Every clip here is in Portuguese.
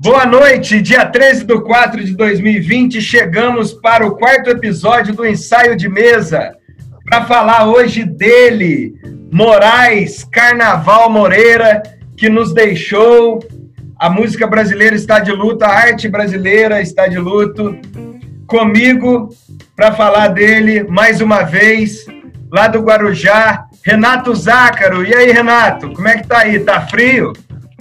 Boa noite, dia 13/4/2020, chegamos para o quarto episódio do Ensaio de Mesa, para falar hoje dele, Moraes Carnaval Moreira, que nos deixou. A música brasileira está de luto, a arte brasileira está de luto. Comigo, para falar dele, mais uma vez, lá do Guarujá, Renato Zácaro. E aí, Renato, como é que tá aí? Tá frio?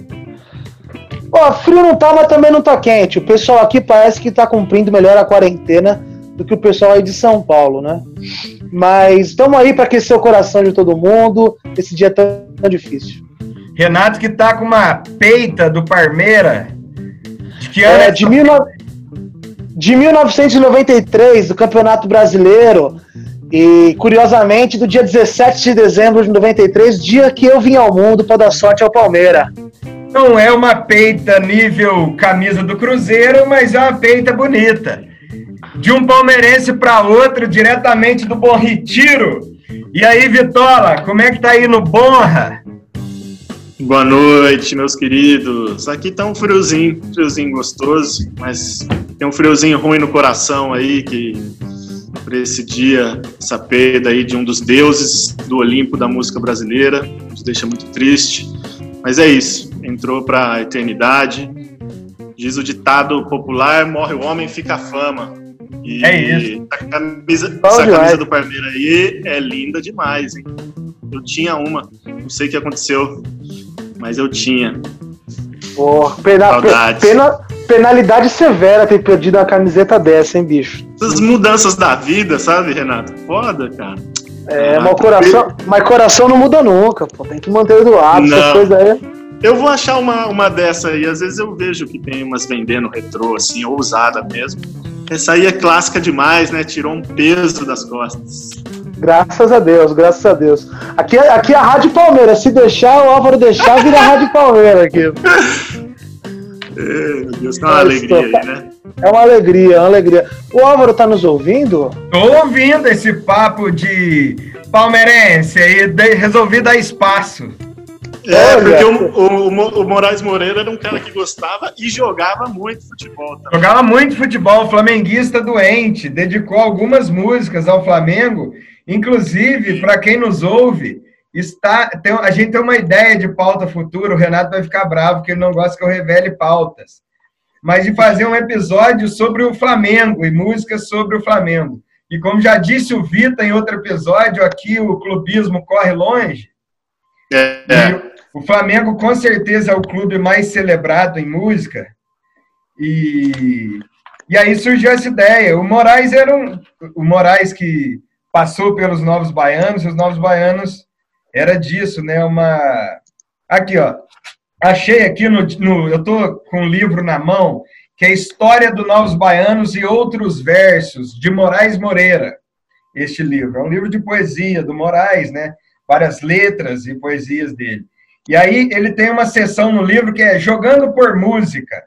Frio não tá, mas também não tá quente. O pessoal aqui parece que tá cumprindo melhor a quarentena do que o pessoal aí de São Paulo, né? Mas estamos aí para aquecer o coração de todo mundo, esse dia tão difícil. Renato que tá com uma peita do Parmeira. De que ano de 1993, do Campeonato Brasileiro. E, curiosamente, do dia 17 de dezembro de 93, dia que eu vim ao mundo para dar sorte ao Palmeiras. Não é uma peita nível camisa do Cruzeiro, mas é uma peita bonita. De um palmeirense para outro, diretamente do Bom Retiro. E aí, Vitola, como é que tá aí no Bonra? Boa noite, meus queridos. Aqui tá um friozinho gostoso, mas tem um friozinho ruim no coração aí, que por esse dia, essa perda aí de um dos deuses do Olimpo da música brasileira, nos deixa muito triste. Mas é isso, entrou para a eternidade. Diz o ditado popular: morre o homem, fica a fama. E é isso. Essa camisa do Parmeira aí é linda demais, hein? Eu tinha uma, não sei o que aconteceu, mas eu tinha. Penalidade severa ter perdido uma camiseta dessa, hein, bicho? Essas mudanças da vida, sabe, Renato? Foda, cara. Mas coração não muda nunca, pô. Tem que manter do lado, essas coisas aí. Eu vou achar uma dessa aí. Às vezes eu vejo que tem umas vendendo retrô, assim, ou usada mesmo. Essa aí é clássica demais, né? Tirou um peso das costas. Graças a Deus. Aqui é a Rádio Palmeiras. Se deixar, o Álvaro deixar, vira a Rádio Palmeiras aqui. Meu Deus, tá uma alegria aí, né? É uma alegria. O Álvaro tá nos ouvindo? Tô ouvindo esse papo de palmeirense aí, resolvi dar espaço. Porque o Moraes Moreira era um cara que gostava e jogava muito futebol também. Jogava muito futebol, flamenguista doente, dedicou algumas músicas ao Flamengo, inclusive, para quem nos ouve, a gente tem uma ideia de pauta futura, o Renato vai ficar bravo, porque ele não gosta que eu revele pautas, mas de fazer um episódio sobre o Flamengo e músicas sobre o Flamengo. E como já disse o Vita em outro episódio, aqui o clubismo corre longe. O Flamengo com certeza é o clube mais celebrado em música. E aí surgiu essa ideia. O Moraes o Moraes que passou pelos Novos Baianos, e os Novos Baianos era disso, né? Aqui, ó. Achei aqui eu tô com um livro na mão, que é História do Novos Baianos e Outros Versos, de Moraes Moreira. Este livro é um livro de poesia do Moraes, né? Várias letras e poesias dele. E aí ele tem uma seção no livro que é Jogando por Música.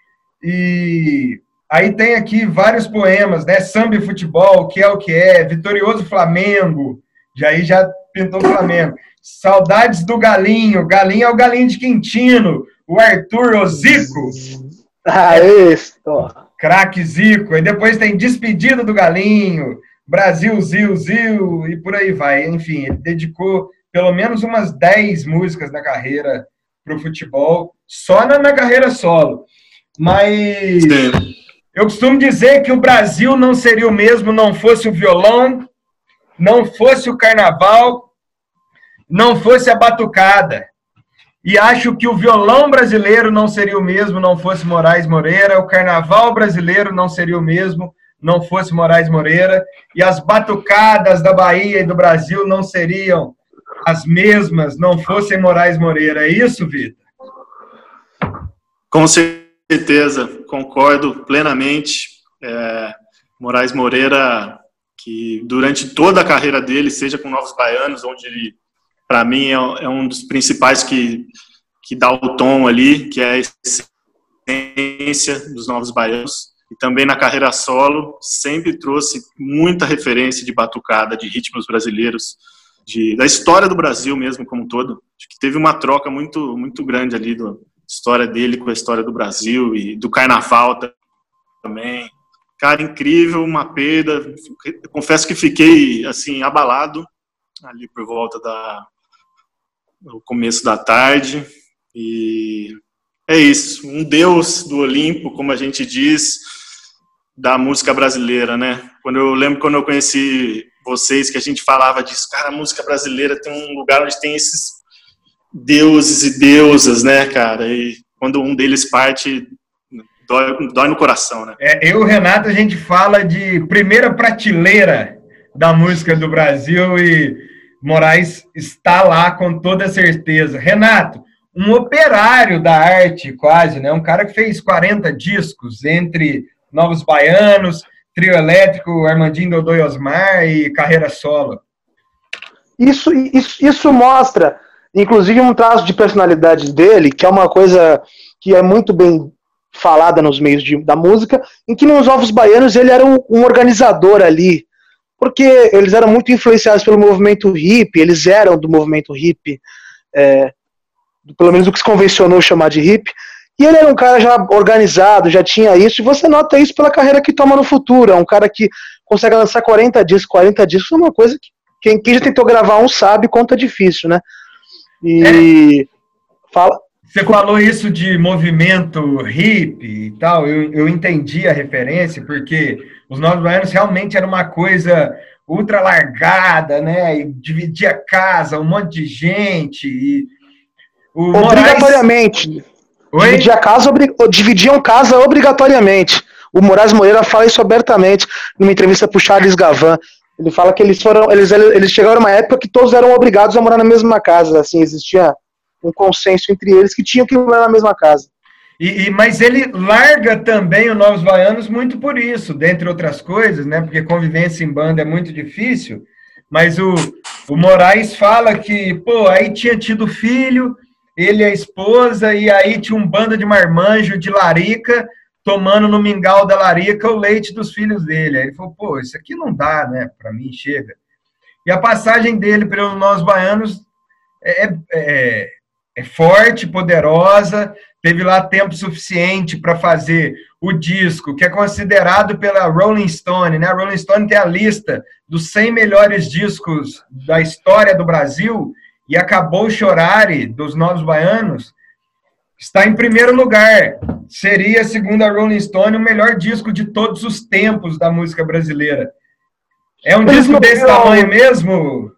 E aí tem aqui vários poemas, né? Samba e Futebol, Que é o que é, Vitorioso Flamengo, já pintou o Flamengo. Saudades do Galinho, Galinho é o Galinho de Quintino, o Arthur Zico. Isso! Craque Zico. E depois tem Despedida do Galinho, Brasil, Zil, e por aí vai. Enfim, ele dedicou pelo menos umas 10 músicas na carreira para o futebol, só na carreira solo. Mas eu costumo dizer que o Brasil não seria o mesmo não fosse o violão, não fosse o carnaval, não fosse a batucada. E acho que o violão brasileiro não seria o mesmo não fosse Moraes Moreira, o carnaval brasileiro não seria o mesmo não fosse Moraes Moreira, e as batucadas da Bahia e do Brasil não seriam as mesmas não fossem Moraes Moreira. É isso, Vitor? Com certeza, concordo plenamente. Moraes Moreira, que durante toda a carreira dele, seja com Novos Baianos, onde ele, para mim, é um dos principais que dá o tom ali, que é a essência dos Novos Baianos, e também na carreira solo, sempre trouxe muita referência de batucada, de ritmos brasileiros, da história do Brasil mesmo como um todo. Acho que teve uma troca muito, muito grande ali história dele com a história do Brasil e do Carnaval também. Cara, incrível, uma perda. Eu confesso que fiquei, assim, abalado ali por volta do começo da tarde. E é isso, um deus do Olimpo, como a gente diz, da música brasileira, né? Eu lembro quando eu conheci vocês, que a gente falava disso, cara, a música brasileira tem um lugar onde tem esses deuses e deusas, né, cara? E quando um deles parte, dói no coração, né? Eu e o Renato, a gente fala de primeira prateleira da música do Brasil e Moraes está lá com toda certeza. Renato, um operário da arte quase, né? Um cara que fez 40 discos entre Novos Baianos, Trio Elétrico, Armandinho Dodô e Osmar e carreira solo. Isso mostra, inclusive, um traço de personalidade dele, que é uma coisa que é muito bem falada nos meios da música, em que nos Novos Baianos ele era um organizador ali, porque eles eram muito influenciados pelo movimento hippie, eles eram do movimento hippie, pelo menos o que se convencionou chamar de hippie, e ele era um cara já organizado, já tinha isso, e você nota isso pela carreira que toma no futuro, é um cara que consegue lançar 40 discos é uma coisa que quem já tentou gravar sabe quanto é difícil, né? E Você falou isso de movimento hippie e tal, eu entendi a referência, porque os Novos Baianos realmente era uma coisa ultra largada, né? E dividia casa, um monte de gente. E obrigatoriamente. Dividiam casa obrigatoriamente. O Moraes Moreira fala isso abertamente numa entrevista para o Charles Gavin. Ele fala que eles chegaram a uma época que todos eram obrigados a morar na mesma casa. Assim, existia um consenso entre eles que tinham que morar na mesma casa. Mas ele larga também o Novos Baianos muito por isso, dentre outras coisas, né? Porque convivência em banda é muito difícil. Mas o Moraes fala que, aí tinha tido filho, ele e a esposa, e aí tinha um bando de marmanjo de larica, tomando no mingau da larica o leite dos filhos dele. Aí ele falou, isso aqui não dá, né? Para mim, chega. E a passagem dele pelos Novos Baianos é forte, poderosa, teve lá tempo suficiente para fazer o disco, que é considerado pela Rolling Stone, né? A Rolling Stone tem a lista dos 100 melhores discos da história do Brasil, e Acabou Chorare, dos Novos Baianos, está em primeiro lugar. Seria, segundo a Rolling Stone, o melhor disco de todos os tempos da música brasileira. É um disco desse tamanho mesmo?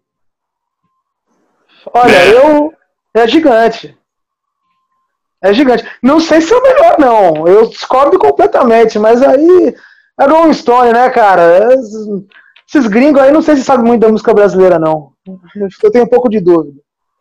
Olha, é gigante. É gigante. Não sei se é o melhor, não. Eu discordo completamente, mas aí é Rolling Stone, né, cara? Esses gringos aí não sei se sabem muito da música brasileira, não. Eu tenho um pouco de dúvida.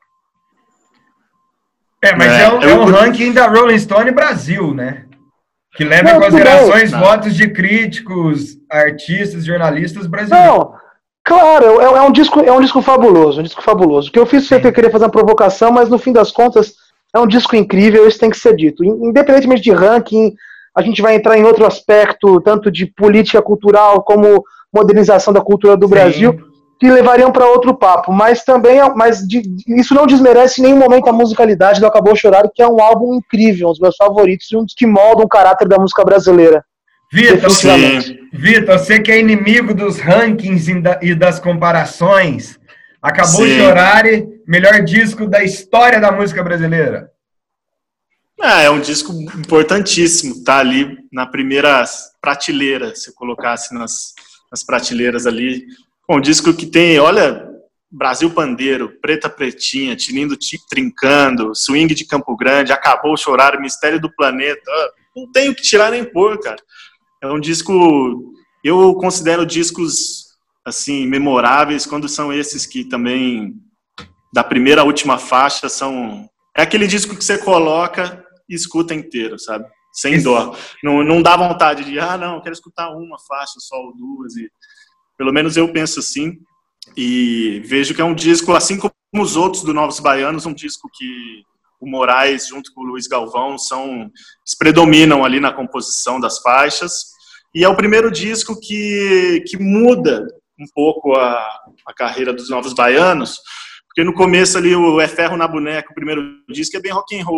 Mas é um ranking da Rolling Stone Brasil, né? Que leva em considerações votos de críticos, artistas, jornalistas brasileiros. Não, claro, é um disco fabuloso, O que eu fiz foi querer fazer uma provocação, mas no fim das contas é um disco incrível, isso tem que ser dito. Independentemente de ranking, a gente vai entrar em outro aspecto, tanto de política cultural como modernização da cultura do Brasil, que levariam para outro papo. Mas também, isso não desmerece em nenhum momento a musicalidade do Acabou Chorare, que é um álbum incrível, um dos meus favoritos, e um dos que moldam o caráter da música brasileira. Vitor, você que é inimigo dos rankings e das comparações, Acabou Chorare, melhor disco da história da música brasileira. É um disco importantíssimo, tá ali na primeira prateleira, se eu colocasse nas prateleiras ali. Um disco que tem, olha, Brasil Pandeiro, Preta Pretinha, Tinindo Trincando, Swing de Campo Grande, Acabou Chorare, Mistério do Planeta. Não tenho que tirar nem pôr, cara. É um disco, eu considero discos, assim, memoráveis, quando são esses que também, da primeira à última faixa, é aquele disco que você coloca e escuta inteiro, sabe? Sem dó. Não dá vontade de, não, quero escutar uma faixa só ou duas. Pelo menos eu penso assim. E vejo que é um disco, assim como os outros do Novos Baianos, um disco que o Moraes, junto com o Luiz Galvão, eles predominam ali na composição das faixas. E é o primeiro disco que muda um pouco a carreira dos Novos Baianos, porque no começo ali o É Ferro na Boneca, o primeiro disco, é bem rock and roll.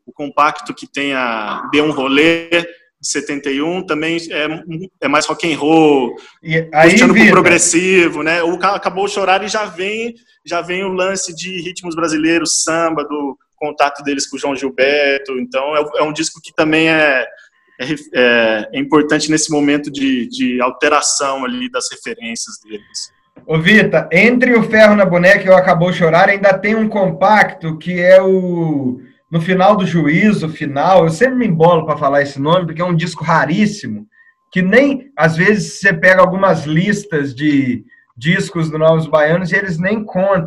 o compacto que tem a Dê um Rolê, de 71, também é mais rock and roll, puxando pro progressivo, né? O Acabou Chorar e já vem o lance de ritmos brasileiros, samba, do contato deles com o João Gilberto. Então é um disco que também é importante nesse momento de alteração ali das referências deles. Ô Vita, entre o Ferro na Boneca e o Acabou Chorar ainda tem um compacto que é No Final do Juízo, Final, eu sempre me embolo para falar esse nome, porque é um disco raríssimo, que nem, às vezes, você pega algumas listas de discos do Novos Baianos e eles nem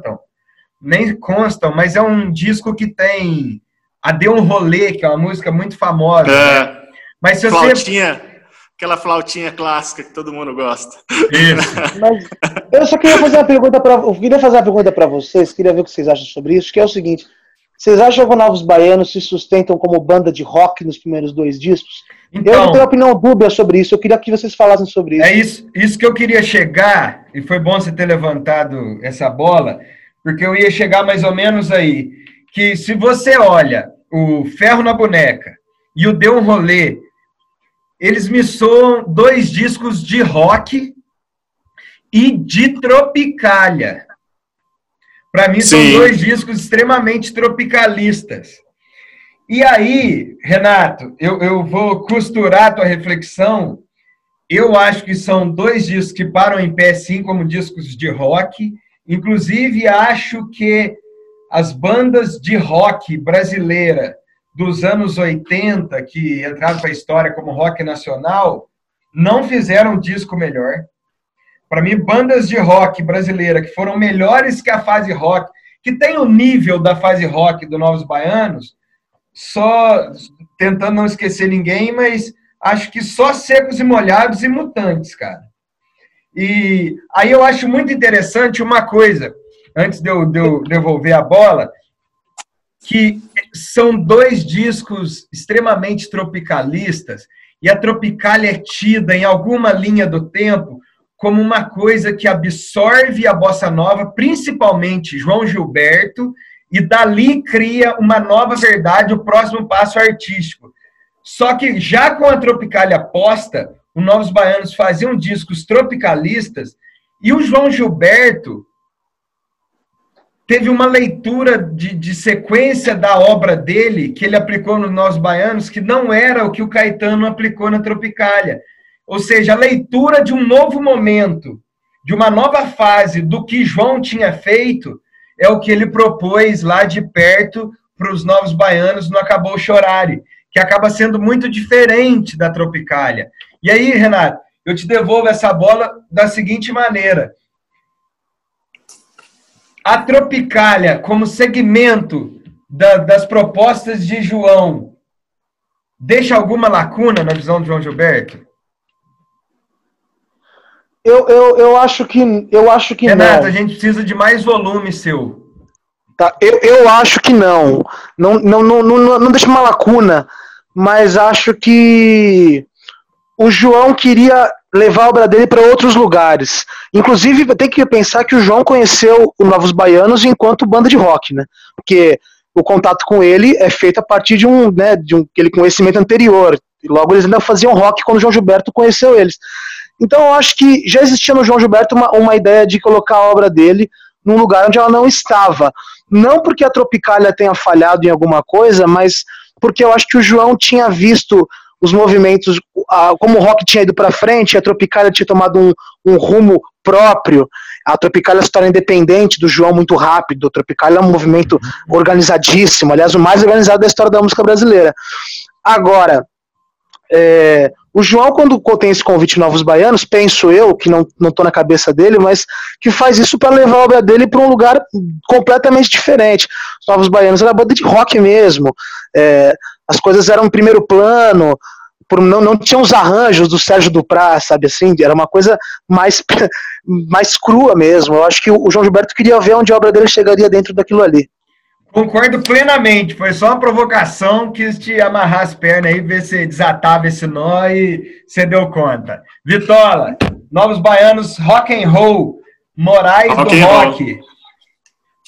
constam, mas é um disco que tem a Dê um Rolê, que é uma música muito famosa. Né? Mas se aquela flautinha clássica que todo mundo gosta. Isso. Mas eu só queria fazer uma pergunta para vocês, queria ver o que vocês acham sobre isso, que é o seguinte: vocês acham que os Novos Baianos se sustentam como banda de rock nos primeiros 2 discos? Então, eu não tenho opinião dúbia sobre isso, eu queria que vocês falassem sobre isso. É isso que eu queria chegar, e foi bom você ter levantado essa bola, porque eu ia chegar mais ou menos aí, que se você olha o Ferro na Boneca e o Dê um Rolê, eles me soam 2 discos de rock e de tropicália. Para mim, são 2 discos extremamente tropicalistas. E aí, Renato, eu vou costurar a tua reflexão. Eu acho que são 2 discos que param em pé, sim, como discos de rock. Inclusive, acho que as bandas de rock brasileira dos anos 80, que entraram para a história como rock nacional, não fizeram um disco melhor. Para mim, bandas de rock brasileira que foram melhores que a fase rock, que tem o nível da fase rock do Novos Baianos, só tentando não esquecer ninguém, mas acho que só Secos e Molhados e Mutantes, cara. E aí eu acho muito interessante uma coisa, antes de eu devolver a bola, que são 2 discos extremamente tropicalistas, e a Tropicália é tida em alguma linha do tempo como uma coisa que absorve a bossa nova, principalmente João Gilberto, e dali cria uma nova verdade, o próximo passo artístico. Só que já com a Tropicália posta, os Novos Baianos faziam discos tropicalistas, e o João Gilberto teve uma leitura de sequência da obra dele, que ele aplicou nos Novos Baianos, que não era o que o Caetano aplicou na Tropicália. Ou seja, a leitura de um novo momento, de uma nova fase do que João tinha feito, é o que ele propôs lá de perto para os Novos Baianos no Acabou Chorar, que acaba sendo muito diferente da Tropicália. E aí, Renato, eu te devolvo essa bola da seguinte maneira. A Tropicália, como segmento das propostas de João, deixa alguma lacuna na visão de João Gilberto? Eu acho que Renato, não. a gente precisa de mais volume seu. Tá, eu acho que não. Não deixa uma lacuna, mas acho que o João queria levar a obra dele para outros lugares. Inclusive, tem que pensar que o João conheceu os Novos Baianos enquanto banda de rock, né? Porque o contato com ele é feito a partir de aquele conhecimento anterior. E logo eles ainda faziam rock quando o João Gilberto conheceu eles. Então eu acho que já existia no João Gilberto uma ideia de colocar a obra dele num lugar onde ela não estava. Não porque a Tropicália tenha falhado em alguma coisa, mas porque eu acho que o João tinha visto os movimentos, como o rock tinha ido para frente, a Tropicália tinha tomado um rumo próprio, a Tropicália se torna independente do João muito rápido, a Tropicália é um movimento organizadíssimo, aliás, o mais organizado da história da música brasileira. Agora, o João, quando tem esse convite de Novos Baianos, penso eu, que não estou na cabeça dele, mas que faz isso para levar a obra dele para um lugar completamente diferente. Os Novos Baianos era banda de rock mesmo, as coisas eram em primeiro plano, não tinha os arranjos do Sérgio Duprá, sabe assim, era uma coisa mais crua mesmo. Eu acho que o João Gilberto queria ver onde a obra dele chegaria dentro daquilo ali. Concordo plenamente, foi só uma provocação, quis te amarrar as pernas aí, ver se desatava esse nó e você deu conta. Vitola, Novos Baianos, rock and roll, Moraes do rock.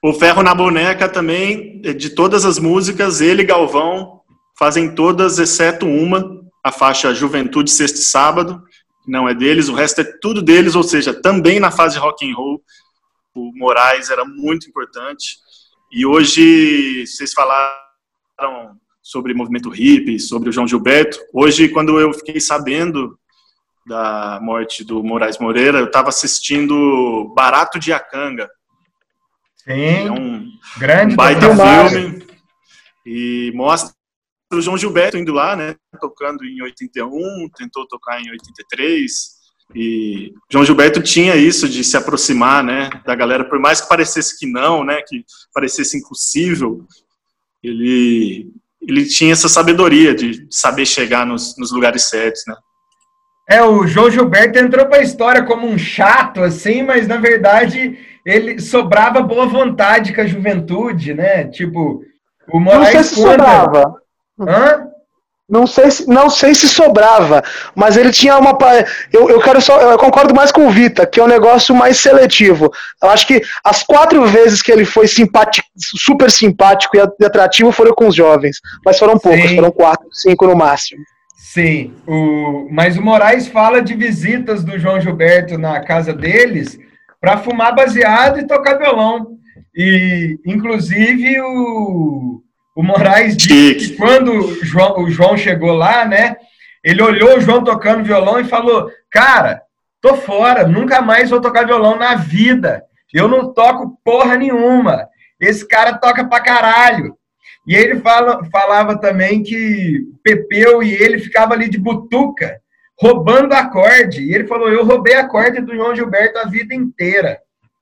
O Ferro na Boneca também, de todas as músicas, ele e Galvão fazem todas, exceto uma, a faixa Juventude, Sexta e Sábado, que não é deles, o resto é tudo deles, ou seja, também na fase rock and roll, o Moraes era muito importante. E hoje, vocês falaram sobre movimento hippie, sobre o João Gilberto. Hoje, quando eu fiquei sabendo da morte do Moraes Moreira, eu estava assistindo Barato de Iacanga. Sim, é um grande baita filme. E mostra o João Gilberto indo lá, né, tocando em 81, tentou tocar em 83. E João Gilberto tinha isso de se aproximar, né, da galera, por mais que parecesse que não, né, que parecesse impossível, ele tinha essa sabedoria de saber chegar nos lugares certos, né. O João Gilberto entrou para a história como um chato, assim, mas na verdade ele sobrava boa vontade com a juventude, né? Tipo, o Moraes não sei se sobrava. Hã? Não sei se sobrava, mas ele tinha uma. Eu concordo mais com o Vita, que é um negócio mais seletivo. Eu acho que as 4 vezes que ele foi super simpático e atrativo foram com os jovens, mas foram poucos, Sim. Foram 4, 5 no máximo. Sim, mas o Moraes fala de visitas do João Gilberto na casa deles para fumar baseado e tocar violão. E, inclusive, o Moraes disse que quando o João chegou lá, né, ele olhou o João tocando violão e falou: cara, tô fora, nunca mais vou tocar violão na vida. Eu não toco porra nenhuma. Esse cara toca pra caralho. E ele falava também que Pepeu e ele ficavam ali de butuca, roubando acorde. E ele falou: eu roubei acorde do João Gilberto a vida inteira.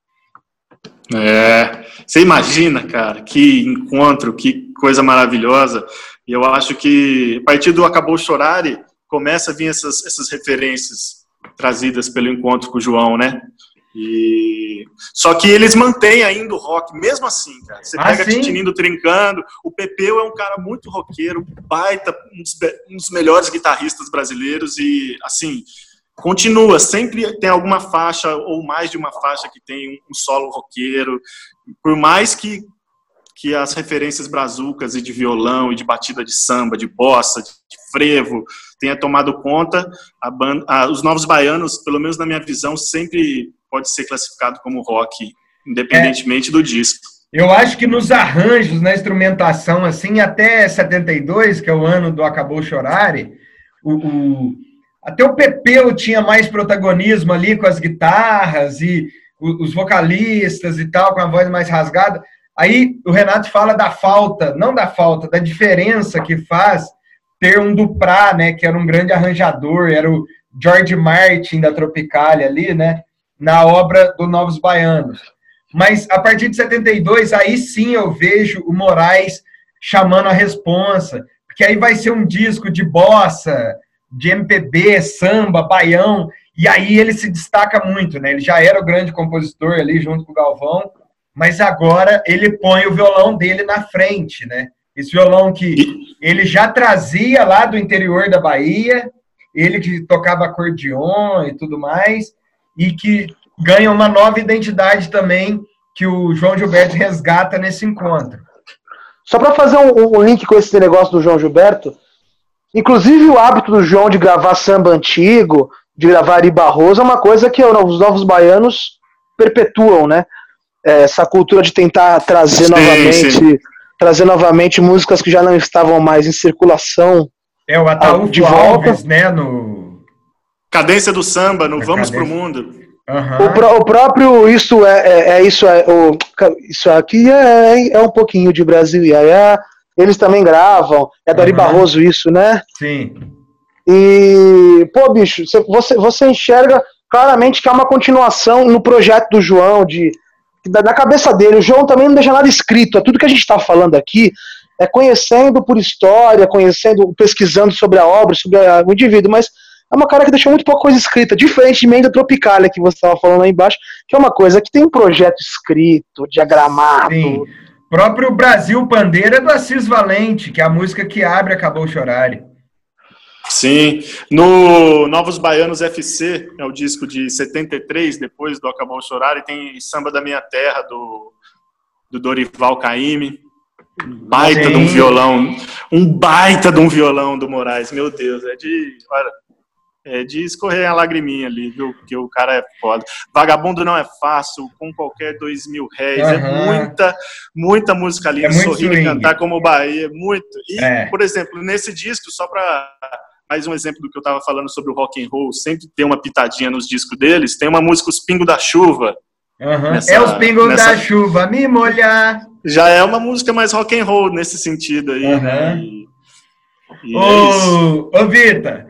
Você imagina, cara, que encontro, que coisa maravilhosa. E eu acho que a partir do Acabou Chorare começa a vir essas referências trazidas pelo encontro com o João, né? Só que eles mantêm ainda o rock, mesmo assim, cara. Você pega Titinindo Trincando, o Pepeu é um cara muito roqueiro, baita, um dos melhores guitarristas brasileiros e, assim, continua, sempre tem alguma faixa ou mais de uma faixa que tem um solo roqueiro, por mais que as referências brazucas e de violão e de batida de samba, de bossa, de frevo, tenha tomado conta, os Novos Baianos, pelo menos na minha visão, sempre pode ser classificado como rock, independentemente do disco. Eu acho que nos arranjos, na instrumentação, assim, até 72, que é o ano do Acabou Chorare, até o Pepeu tinha mais protagonismo ali com as guitarras e os vocalistas e tal, com a voz mais rasgada. Aí o Renato fala da falta, não da falta, da diferença que faz ter um Duprá, né, que era um grande arranjador, era o George Martin da Tropicália ali, né, na obra do Novos Baianos. Mas a partir de 72, aí sim eu vejo o Moraes chamando a responsa, porque aí vai ser um disco de bossa, de MPB, samba, baião, e aí ele se destaca muito, né? Ele já era o grande compositor ali junto com o Galvão, mas agora ele põe o violão dele na frente, né? Esse violão que ele já trazia lá do interior da Bahia, ele que tocava acordeon e tudo mais, e que ganha uma nova identidade também que o João Gilberto resgata nesse encontro. Só para fazer um link com esse negócio do João Gilberto, inclusive o hábito do João de gravar samba antigo, de gravar Ari Barroso, é uma coisa que os Novos Baianos perpetuam, né? Essa cultura de tentar trazer novamente músicas que já não estavam mais em circulação. O Ataúfo Alves, né? Cadência do Samba, no Vamos Pro Mundo. Uhum. O próprio Isso aqui é um pouquinho de Brasil e eles também gravam, é do Ari Barroso isso, né? Sim. E, pô, bicho, você enxerga claramente que há uma continuação no projeto do João, da cabeça dele. O João também não deixa nada escrito, tudo que a gente está falando aqui é conhecendo por história, pesquisando sobre a obra, sobre o indivíduo, mas é uma cara que deixou muito pouca coisa escrita, diferentemente da Tropicália que você estava falando aí embaixo, que é uma coisa que tem um projeto escrito, diagramado. Sim. O próprio Brasil Pandeiro é do Assis Valente, que é a música que abre Acabou Chorare. Sim. No Novos Baianos FC, é o disco de 73, depois do Acabou Chorare, tem Samba da Minha Terra, do Dorival Caymmi. Baita de um violão do Moraes, meu Deus, é de escorrer a lagriminha ali, viu? Porque o cara é foda. Vagabundo não é fácil, com qualquer R$2.000. É muita música linda, sorrir e cantar como Bahia, muito. E, por exemplo, nesse disco, só para mais um exemplo do que eu estava falando sobre o rock and roll, sempre tem uma pitadinha nos discos deles, tem uma música Os Pingos da Chuva. É os pingos da chuva, me molhar. Já é uma música mais rock and roll nesse sentido aí. Ô, Vita,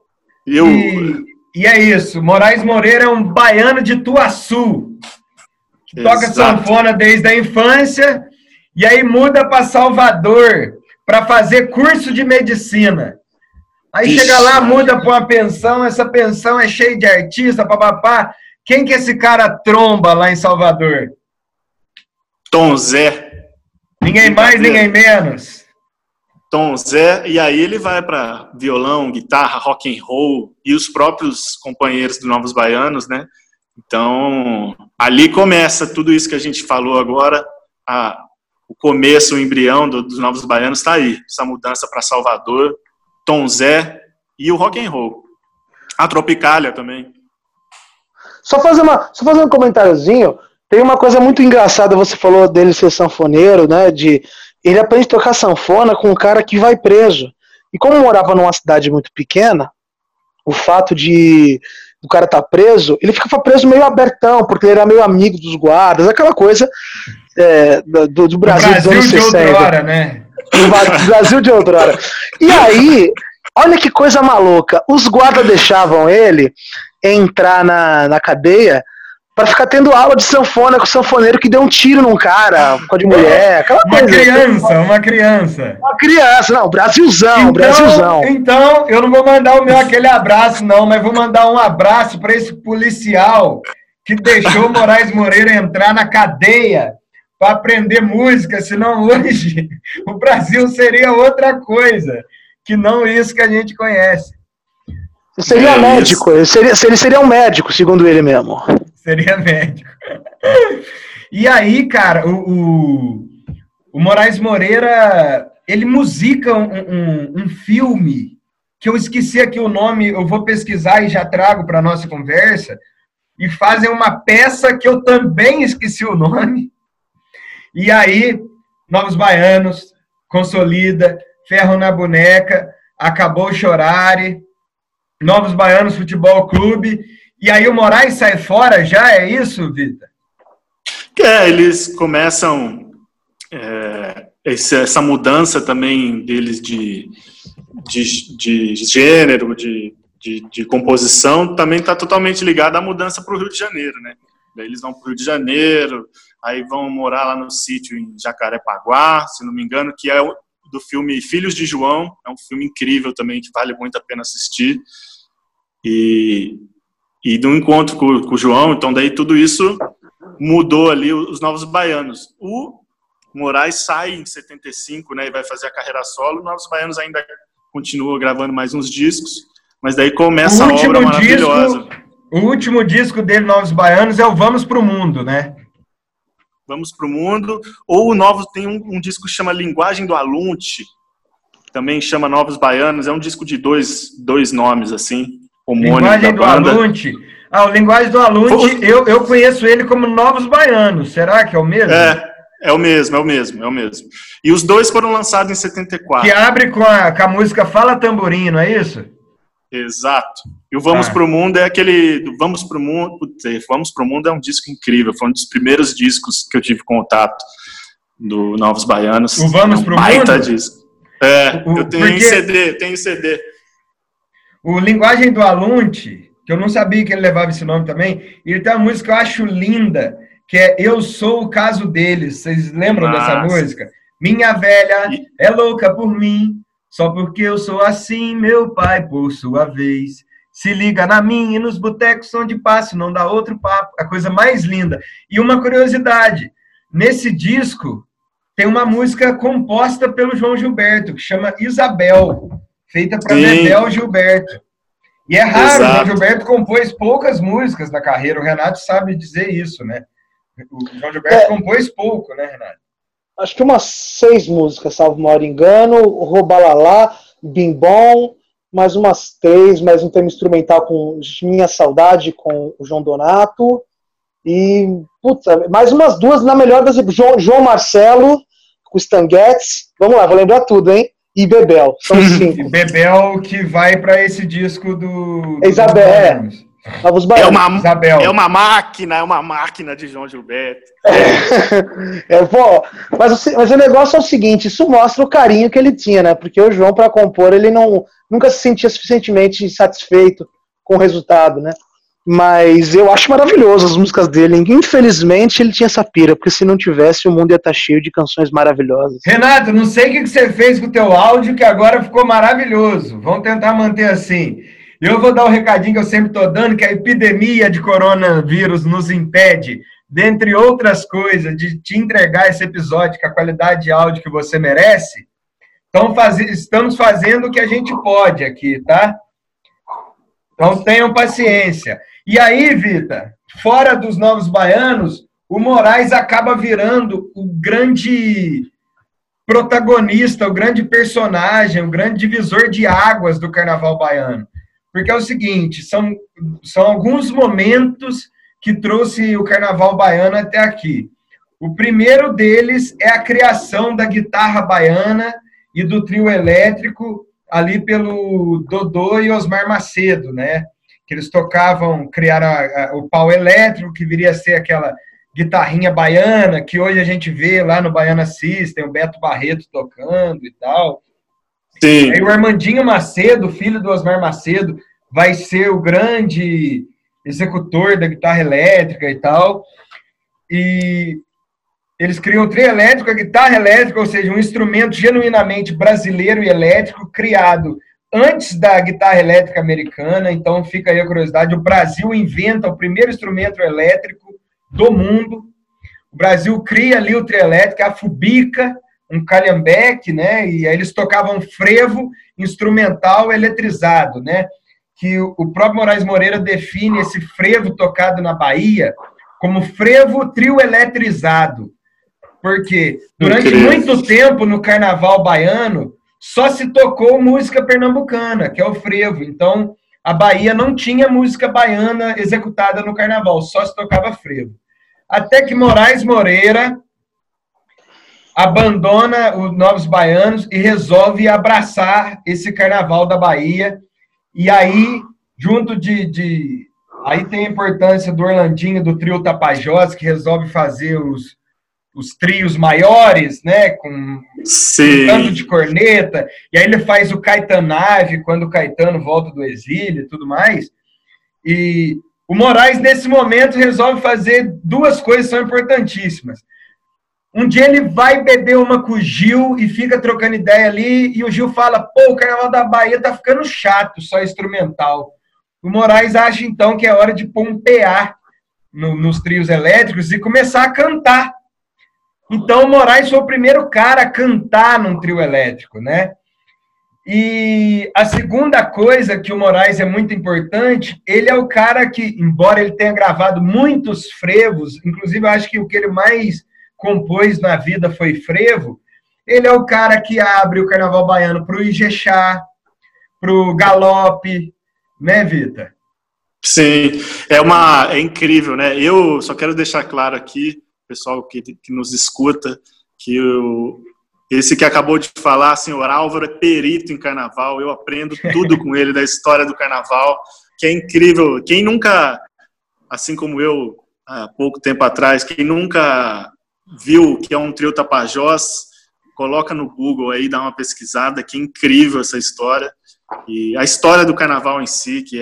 e é isso. Moraes Moreira é um baiano de Tuaçu, que toca sanfona desde a infância, e aí muda para Salvador para fazer curso de medicina. Aí chega lá, muda para uma pensão, essa pensão é cheia de artista, papapá. Quem que esse cara tromba lá em Salvador? Tom Zé. Ninguém mais, ninguém menos. Tom Zé, e aí ele vai para violão, guitarra, rock and roll, e os próprios companheiros do Novos Baianos, né? Então, ali começa tudo isso que a gente falou agora, o começo, o embrião dos Novos Baianos está aí, essa mudança para Salvador, Tom Zé e o rock and roll. A Tropicália também. Só fazer um comentáriozinho. Tem uma coisa muito engraçada, você falou dele ser sanfoneiro, né? Ele aprende a tocar sanfona com um cara que vai preso. E como morava numa cidade muito pequena, o fato de o cara estar preso, ele ficava preso meio abertão, porque ele era meio amigo dos guardas, aquela coisa do Brasil dos anos 60. Outrora, né? Do Brasil de outrora. E aí, olha que coisa maluca. Os guardas deixavam ele entrar na cadeia pra ficar tendo aula de sanfona com o sanfoneiro que deu um tiro num cara, com a de mulher, aquela coisa. Uma criança. Uma criança, não, Brasilzão. Então, eu não vou mandar aquele abraço, não, mas vou mandar um abraço pra esse policial que deixou Moraes Moreira entrar na cadeia para aprender música, senão hoje o Brasil seria outra coisa, que não isso que a gente conhece. Ele seria médico, ele seria um médico, segundo ele mesmo. Seria médico. E aí, cara, o Moraes Moreira, ele musica um filme, que eu esqueci aqui o nome, eu vou pesquisar e já trago para nossa conversa, e fazem uma peça que eu também esqueci o nome. E aí, Novos Baianos, Consolida, Ferro na Boneca, Acabou Chorare, Novos Baianos Futebol Clube, e aí o Moraes sai fora, já é isso, Vita? Eles começam essa mudança também deles de gênero, de composição, também está totalmente ligada à mudança para o Rio de Janeiro, né? Daí eles vão para o Rio de Janeiro, aí vão morar lá no sítio em Jacarepaguá, se não me engano, que é do filme Filhos de João, é um filme incrível também, que vale muito a pena assistir. E do encontro com o João, então daí tudo isso mudou ali os Novos Baianos. O Moraes sai em 75, né, e vai fazer a carreira solo. Os Novos Baianos ainda continuam gravando mais uns discos, mas daí começa a obra maravilhosa. O último disco dele, Novos Baianos, é o Vamos Pro Mundo, né? Vamos Pro Mundo. Ou o Novos tem um disco que chama Linguagem do Alunte, também chama Novos Baianos, é um disco de dois nomes, assim. Linguagem do Alunte. O Linguagem do Alunte, eu conheço ele como Novos Baianos. Será que é o mesmo? É o mesmo. E os dois foram lançados em 74. Que abre com a música Fala Tamborim, não é isso? Exato. E o Vamos Pro Mundo é aquele... Vamos Pro Mundo é um disco incrível. Foi um dos primeiros discos que eu tive contato do Novos Baianos. O Vamos Pro baita Mundo? Disco. Eu tenho CD. O Linguagem do Alunte, que eu não sabia que ele levava esse nome também, ele tem uma música que eu acho linda, que é Eu Sou o Caso Deles. Vocês lembram dessa música? Minha velha é louca por mim, só porque eu sou assim, meu pai, por sua vez. Se liga na minha e nos botecos onde passo, não dá outro papo. A coisa mais linda. E uma curiosidade, nesse disco tem uma música composta pelo João Gilberto, que chama Isabel, feita para Bebel Gilberto. E é raro, o João Gilberto compôs poucas músicas na carreira, o Renato sabe dizer isso, né? O João Gilberto compôs pouco, né, Renato? Acho que umas 6 músicas, salvo o maior engano. Robalalá, Bim Bom, mais umas 3, mais um tema instrumental com Minha Saudade, com o João Donato. E, puta, mais umas 2, na melhor das... João Marcelo, com Stan Getz. Vamos lá, vou lembrar tudo, hein? E Bebel, são 5. E Bebel que vai para esse disco do Isabel, Novos Baianos. É uma máquina de João Gilberto. Mas o negócio é o seguinte, isso mostra o carinho que ele tinha, né? Porque o João, para compor, ele nunca se sentia suficientemente satisfeito com o resultado, né? Mas eu acho maravilhoso as músicas dele. Infelizmente, ele tinha essa pira, porque se não tivesse, o mundo ia estar cheio de canções maravilhosas. Renato, não sei o que você fez com o teu áudio, que agora ficou maravilhoso. Vamos tentar manter assim. Eu vou dar o recadinho que eu sempre estou dando, que a epidemia de coronavírus nos impede, dentre outras coisas, de te entregar esse episódio com a qualidade de áudio que você merece. Então, estamos fazendo o que a gente pode aqui, tá? Então, tenham paciência. E aí, Vita, fora dos Novos Baianos, o Moraes acaba virando o grande protagonista, o grande personagem, o grande divisor de águas do Carnaval baiano. Porque é o seguinte, são alguns momentos que trouxe o Carnaval baiano até aqui. O primeiro deles é a criação da guitarra baiana e do trio elétrico ali pelo Dodô e Osmar Macedo, né? Que eles criaram o pau elétrico, que viria a ser aquela guitarrinha baiana, que hoje a gente vê lá no Baiana System, o Beto Barreto tocando e tal. Sim. Aí o Armandinho Macedo, filho do Osmar Macedo, vai ser o grande executor da guitarra elétrica e tal. E eles criam o trio elétrico, a guitarra elétrica, ou seja, um instrumento genuinamente brasileiro e elétrico, criado antes da guitarra elétrica americana. Então fica aí a curiosidade, o Brasil inventa o primeiro instrumento elétrico do mundo. O Brasil cria ali o trio elétrico, a fubica, um calhambeque, né? E aí eles tocavam frevo instrumental eletrizado, né? Que o próprio Moraes Moreira define esse frevo tocado na Bahia como frevo trio eletrizado. Porque durante muito tempo no Carnaval baiano só se tocou música pernambucana, que é o frevo. Então, a Bahia não tinha música baiana executada no Carnaval, só se tocava frevo. Até que Moraes Moreira abandona os Novos Baianos e resolve abraçar esse Carnaval da Bahia. E aí, junto aí tem a importância do Orlandinho, do trio Tapajós, que resolve fazer os trios maiores, né, com um tanto de corneta, e aí ele faz o Caetanave, quando o Caetano volta do exílio e tudo mais. E o Moraes, nesse momento, resolve fazer 2 coisas que são importantíssimas. Um dia ele vai beber uma com o Gil e fica trocando ideia ali, e o Gil fala, pô, o Carnaval da Bahia tá ficando chato, só instrumental. O Moraes acha, então, que é hora de pôr um PA nos trios elétricos e começar a cantar. Então, o Moraes foi o primeiro cara a cantar num trio elétrico, né? E a segunda coisa que o Moraes é muito importante, ele é o cara que, embora ele tenha gravado muitos frevos, inclusive eu acho que o que ele mais compôs na vida foi frevo, ele é o cara que abre o Carnaval baiano para o Ijexá, para o Galope, né, Vita? Sim, é incrível, né? Eu só quero deixar claro aqui, pessoal que nos escuta, que esse que acabou de falar, senhor Álvaro, é perito em Carnaval, eu aprendo tudo com ele da história do Carnaval, que é incrível. Quem nunca, assim como eu, há pouco tempo atrás, quem nunca viu que é um trio Tapajós, coloca no Google aí, dá uma pesquisada, que é incrível essa história. E a história do Carnaval em si, que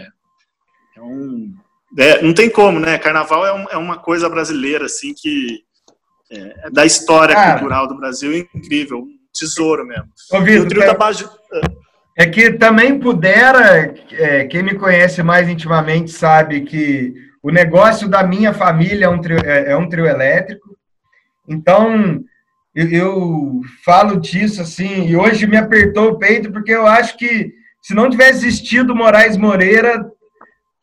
não tem como, né? Carnaval é uma coisa brasileira, assim, que é da história cultural do Brasil, é incrível, um tesouro mesmo. Ô, Vitor, é que também quem me conhece mais intimamente sabe que o negócio da minha família é um trio elétrico. Então, eu falo disso, assim, e hoje me apertou o peito, porque eu acho que se não tivesse existido Moraes Moreira,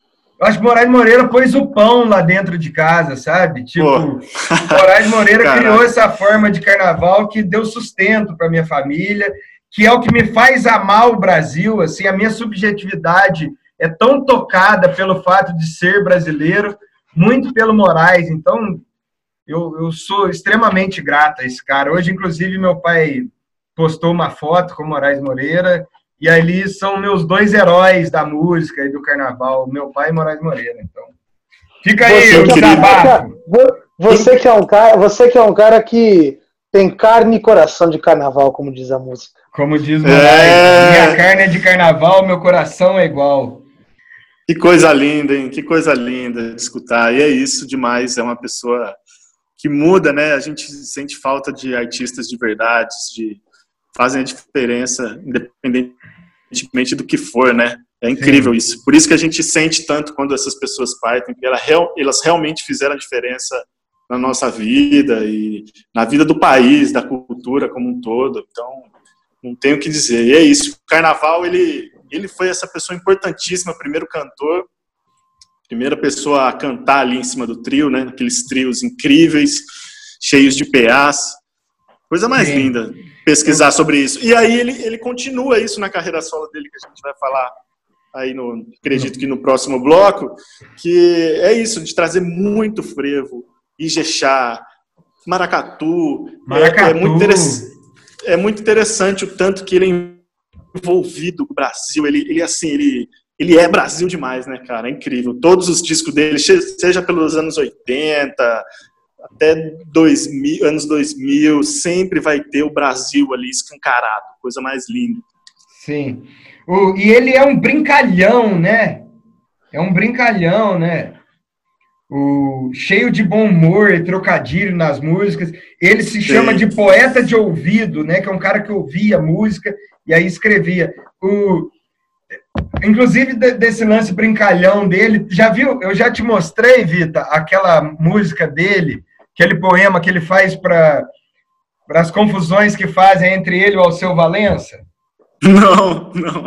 Acho que Moraes Moreira pôs o pão lá dentro de casa, sabe? Tipo, Moraes Moreira criou essa forma de carnaval que deu sustento para minha família, que é o que me faz amar o Brasil. Assim, a minha subjetividade é tão tocada pelo fato de ser brasileiro, muito pelo Moraes. Então, eu sou extremamente grato a esse cara. Hoje, inclusive, meu pai postou uma foto com o Moraes Moreira, e ali são meus dois heróis da música e do carnaval, meu pai e Moraes Moreira. Então, fica aí o desabafo. Você que é um cara que tem carne e coração de carnaval, como diz a música. Como diz Moraes, minha carne é de carnaval, meu coração é igual. Que coisa linda, hein? Que coisa linda de escutar. E é isso demais, é uma pessoa que muda, né? A gente sente falta de artistas de verdade, de fazem a diferença, independentemente do que for, né? É incrível isso. Por isso que a gente sente tanto quando essas pessoas partem, porque elas realmente fizeram a diferença na nossa vida e na vida do país, da cultura como um todo. Então, não tenho o que dizer. E é isso. O Carnaval, ele foi essa pessoa importantíssima, primeiro cantor, primeira pessoa a cantar ali em cima do trio, né? Aqueles trios incríveis, cheios de PAs. Coisa mais linda pesquisar sobre isso. E aí ele continua isso na carreira solo dele, que a gente vai falar aí, acredito que no próximo bloco, que é isso, de trazer muito frevo, Ijexá, maracatu. É muito interessante o tanto que ele é envolvido com o Brasil. Ele é Brasil demais, né, cara? É incrível. Todos os discos dele, seja pelos anos 80... até anos 2000, sempre vai ter o Brasil ali escancarado, coisa mais linda. Sim. E ele é um brincalhão, né? Cheio de bom humor e trocadilho nas músicas. Ele se chama de poeta de ouvido, né? Que é um cara que ouvia música e aí escrevia. Inclusive, desse lance brincalhão dele, já viu? Eu já te mostrei, Vita, aquela música dele, aquele poema que ele faz para as confusões que fazem entre ele e o Alceu Valença? Não.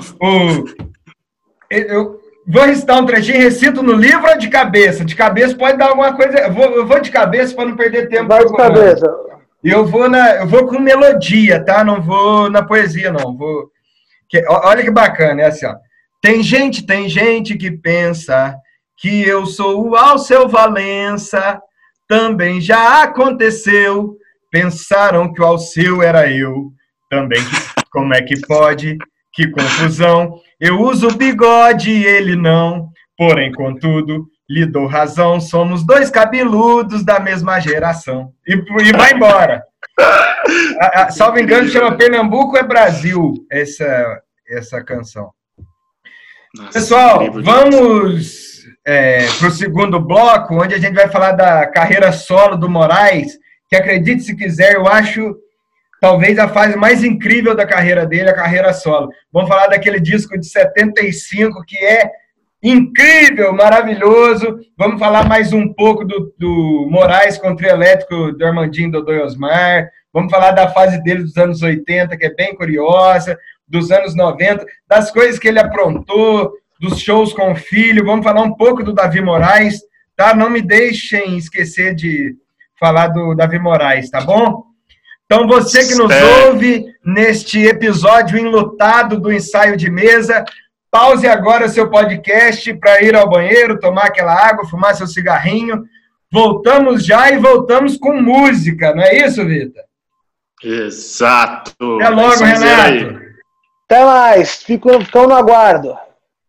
Eu vou recitar um trechinho, recito no livro ou de cabeça? De cabeça pode dar alguma coisa. Eu vou de cabeça para não perder tempo. Vai de cabeça. Eu vou com melodia, tá? Não vou na poesia, não. Olha que bacana, é assim, ó. Tem gente que pensa que eu sou o Alceu Valença. Também já aconteceu, pensaram que o Alceu era eu, também, como é que pode, que confusão, eu uso bigode e ele não, porém, contudo, lhe dou razão, somos dois cabeludos da mesma geração, e vai embora. Salvo engano, chama Pernambuco é Brasil, essa canção. Nossa, pessoal, vamos para o segundo bloco, onde a gente vai falar da carreira solo do Moraes, que, acredite se quiser, eu acho talvez a fase mais incrível da carreira dele, a carreira solo. Vamos falar daquele disco de 75, que é incrível, maravilhoso. Vamos falar mais um pouco do Moraes com o trio elétrico do Armandinho, Dodô e Osmar. Vamos falar da fase dele dos anos 80, que é bem curiosa, dos anos 90, das coisas que ele aprontou, dos shows com o filho. Vamos falar um pouco do Davi Moraes, tá? Não me deixem esquecer de falar do Davi Moraes, tá bom? Então, você que nos ouve neste episódio enlutado do Ensaio de Mesa, pause agora seu podcast para ir ao banheiro, tomar aquela água, fumar seu cigarrinho. Voltamos já e voltamos com música, não é isso, Vita? Exato. Até logo, Renato. Até mais. Ficam no aguardo.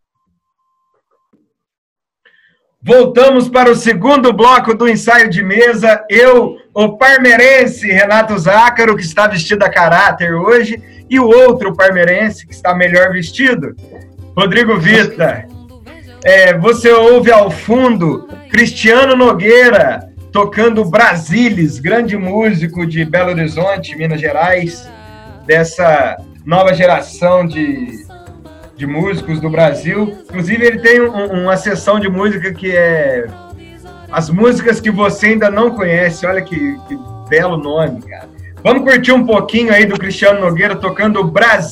Voltamos para o segundo bloco do Ensaio de Mesa. Eu, o parmeirense Renato Zácaro, que está vestido a caráter hoje, e o outro parmeirense, que está melhor vestido, Rodrigo Vita. Você ouve ao fundo Cristiano Nogueira tocando Brasilis, grande músico de Belo Horizonte, Minas Gerais, dessa nova geração de músicos do Brasil. Inclusive, ele tem uma seção de música que é as músicas que você ainda não conhece. Olha que belo nome, cara. Vamos curtir um pouquinho aí do Cristiano Nogueira tocando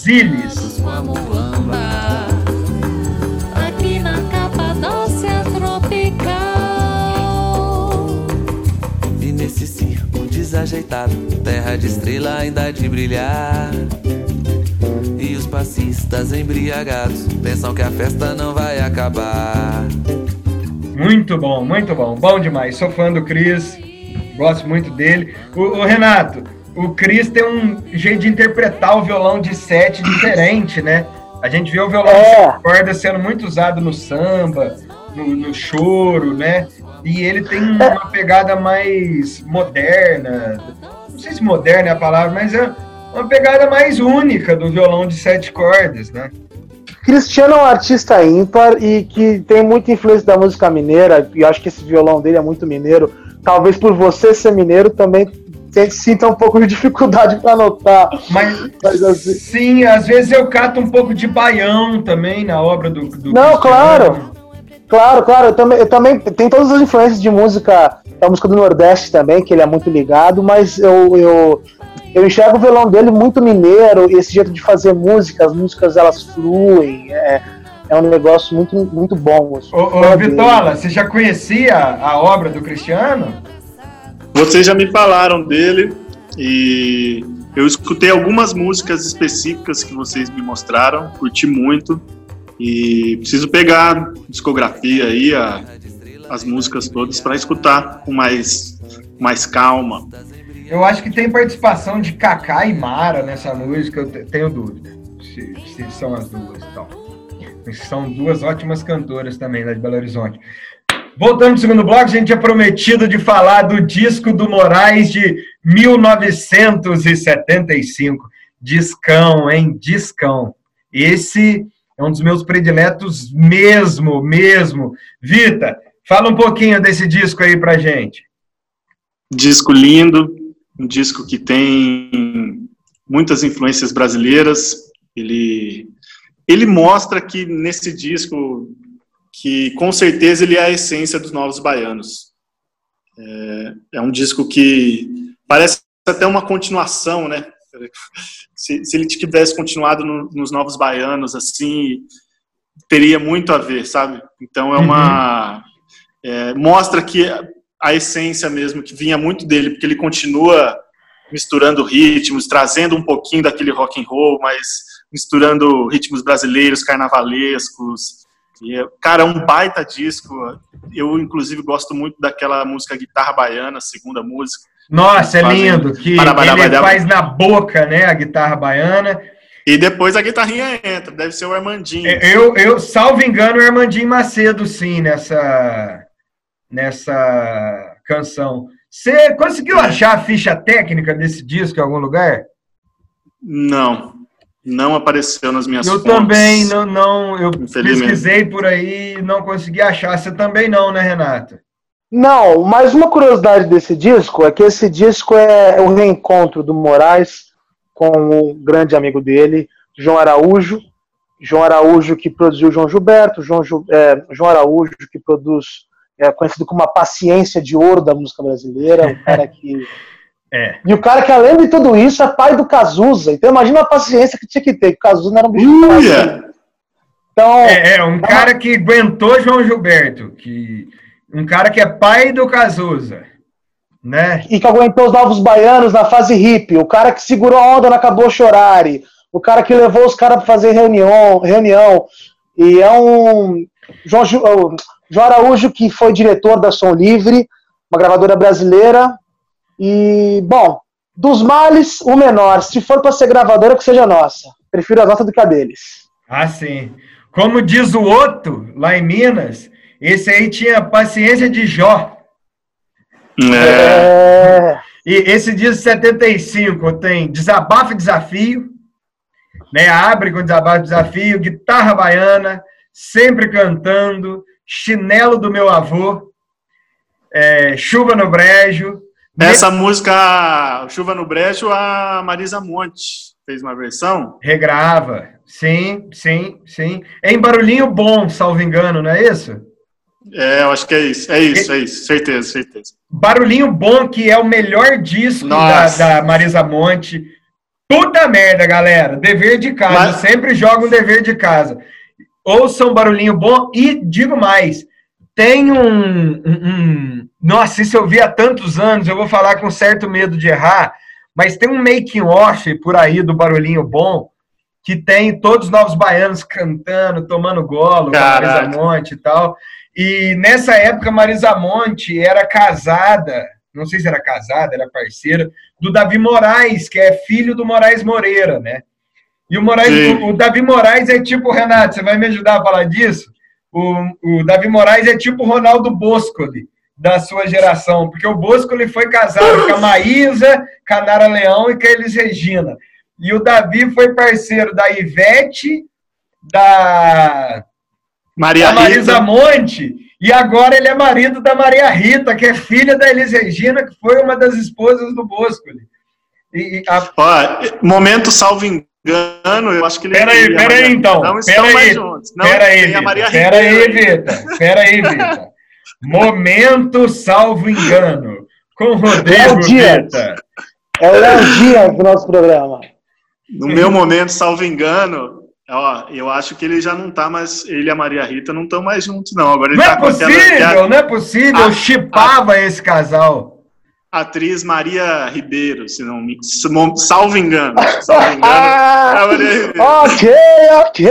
Brasilis. Aqui na Capadócia ajeitado, terra de estrela ainda de brilhar. E os passistas embriagados pensam que a festa não vai acabar. Muito bom, bom demais. Sou fã do Cris, gosto muito dele. O Renato, o Cris tem um jeito de interpretar o violão de 7 diferente, né? A gente vê o violão de 7 cordas sendo muito usado no samba, no choro, né? E ele tem uma pegada mais moderna, não sei se moderna é a palavra, mas é uma pegada mais única do violão de 7 cordas, né? Cristiano é um artista ímpar e que tem muita influência da música mineira, e eu acho que esse violão dele é muito mineiro. Talvez por você ser mineiro também sinta um pouco de dificuldade para notar. Mas assim... Sim, às vezes eu cato um pouco de baião também na obra do Não, Cristiano. Claro. Eu também tem todas as influências de música, a música do Nordeste também, que ele é muito ligado, mas eu enxergo o violão dele muito mineiro, e esse jeito de fazer música, as músicas elas fluem, é um negócio muito, muito bom. Ô Vitola, você já conhecia a obra do Cristiano? Vocês já me falaram dele e eu escutei algumas músicas específicas que vocês me mostraram, curti muito e preciso pegar a discografia aí, as músicas todas para escutar com mais calma. Eu acho que tem participação de Cacá e Mara nessa música, eu tenho dúvida se são as duas. Então. São duas ótimas cantoras também lá de Belo Horizonte. Voltando ao segundo bloco, a gente tinha prometido de falar do disco do Moraes de 1975. Discão, hein? Discão. Esse é um dos meus prediletos mesmo. Vita, fala um pouquinho desse disco aí pra gente. Disco lindo, um disco que tem muitas influências brasileiras. Ele mostra que nesse disco, que com certeza ele é a essência dos Novos Baianos. É um disco que parece até uma continuação, né? Se ele tivesse continuado nos Novos Baianos, assim, teria muito a ver, sabe? Então mostra que a essência mesmo, que vinha muito dele, porque ele continua misturando ritmos, trazendo um pouquinho daquele rock and roll, mas misturando ritmos brasileiros, carnavalescos. Cara, é um baita disco. Eu, inclusive, gosto muito daquela música Guitarra Baiana, a segunda música. Nossa, é lindo, que ele faz na boca, né, a guitarra baiana. E depois a guitarrinha entra, deve ser o Armandinho. Eu salvo engano, o Armandinho Macedo, sim, nessa canção. Você conseguiu achar a ficha técnica desse disco em algum lugar? Não apareceu nas minhas fontes. Eu também não. Eu pesquisei por aí e não consegui achar. Você também não, né, Renato? Não, mas uma curiosidade desse disco é que esse disco é o reencontro do Moraes com um grande amigo dele, João Araújo. João Araújo que produziu João Gilberto, João Araújo que produz, conhecido como a paciência de ouro da música brasileira, um cara que... E o cara que, além de tudo isso, é pai do Cazuza. Então imagina a paciência que tinha que ter, que o Cazuza não era um bicho fácil. Então, um cara que aguentou João Gilberto, um cara que é pai do Cazuza, né? E que aguentou os Novos Baianos na fase hippie, o cara que segurou a onda na Acabou Chorare, o cara que levou os caras para fazer reunião. E é um... João Araújo, que foi diretor da Som Livre, uma gravadora brasileira. E, bom, dos males, o menor. Se for para ser gravadora, que seja nossa. Prefiro a nossa do que a deles. Ah, sim. Como diz o outro, lá em Minas, esse aí tinha paciência de Jó. E esse disco 75 tem Desabafo e Desafio, né? Abre com Desabafo e Desafio, Guitarra Baiana, Sempre Cantando, Chinelo do Meu Avô, Chuva no Brejo. Essa música, Chuva no Brejo, a Marisa Monte fez uma versão. Regrava, sim. Em Barulhinho Bom, salvo engano, não é isso? Eu acho que é isso, certeza. Barulhinho Bom, que é o melhor disco da Marisa Monte. Puta merda, galera, dever de casa, sempre joga um dever de casa. Ouçam Barulhinho Bom e digo mais, Tem Nossa, isso eu vi há tantos anos, eu vou falar com certo medo de errar, mas tem um making-off por aí do Barulhinho Bom, que tem todos os Novos Baianos cantando, tomando golo, com a Marisa Monte e tal. E nessa época, Marisa Monte era casada, não sei se era casada, era parceira, do Davi Moraes, que é filho do Moraes Moreira, né? E o Davi Moraes é tipo, Renato, você vai me ajudar a falar disso? O Davi Moraes é tipo o Ronaldo Boscoli, da sua geração, porque o Boscoli foi casado com a Maísa, com a Nara Leão e com a Elis Regina. E o Davi foi parceiro da Ivete, da Marisa Monte, e agora ele é marido da Maria Rita, que é filha da Elis Regina, que foi uma das esposas do Boscoli. Momento salvo engano, eu acho que ele... Peraí, então. Não estão mais juntos. Peraí, Vitor. Momento salvo engano. Com Rodrigo Vitor. É o Léo Dias do nosso programa. No meu momento salvo engano, eu acho que ele já não tá mais... Ele e a Maria Rita não estão mais juntos, não. Agora ele não é possível. Eu chipava esse casal. Atriz Maria Ribeiro, se não me... Salvo engano. Ok,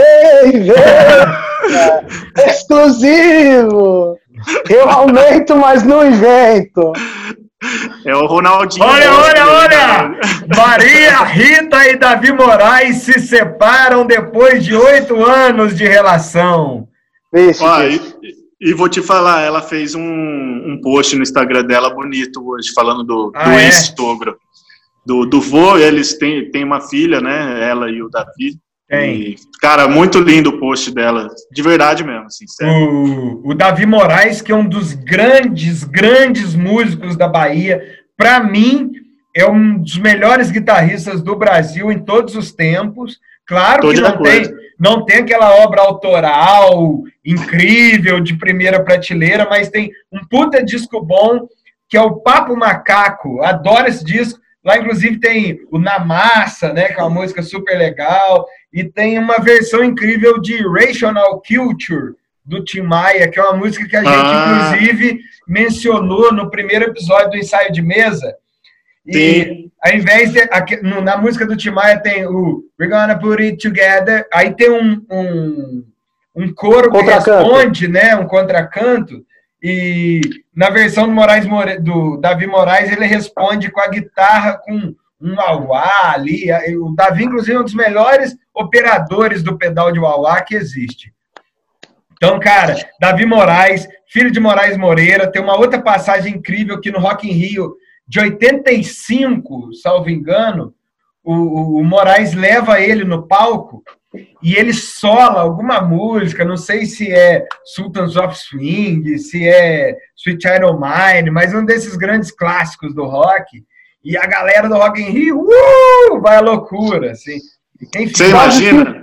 exclusivo. Eu aumento, mas não invento. É o Ronaldinho. Olha! Maria Rita e Davi Moraes se separam depois de 8 anos de relação. E vou te falar, ela fez um post no Instagram dela bonito hoje, falando do ex-sogro. Do vô, eles têm uma filha, né? Ela e o Davi. E, cara, muito lindo o post dela. De verdade mesmo, assim, sério. O Davi Moraes, que é um dos grandes músicos da Bahia, para mim, é um dos melhores guitarristas do Brasil em todos os tempos. Claro que não tem aquela obra autoral incrível, de primeira prateleira, mas tem um puta disco bom, que é o Papo Macaco. Adoro esse disco. Lá, inclusive, tem o Na Massa, né, que é uma música super legal, e tem uma versão incrível de Rational Culture, do Tim Maia, que é uma música que a gente, inclusive, mencionou no primeiro episódio do Ensaio de Mesa. E ao invés de... na música do Tim Maia tem o We're Gonna Put It Together, aí tem um coro que responde, né, um contracanto, e na versão do Davi Moraes ele responde com a guitarra, com um wah-wah ali. O Davi, inclusive, é um dos melhores operadores do pedal de wah-wah que existe. Então, cara, Davi Moraes, filho de Moraes Moreira, tem uma outra passagem incrível que no Rock in Rio de 85, salvo engano, o Moraes leva ele no palco e ele sola alguma música, não sei se é Sultans of Swing, se é Sweet Child O' Mine, mas um desses grandes clássicos do rock, e a galera do Rock in Rio vai à loucura, assim. Enfim, você imagina?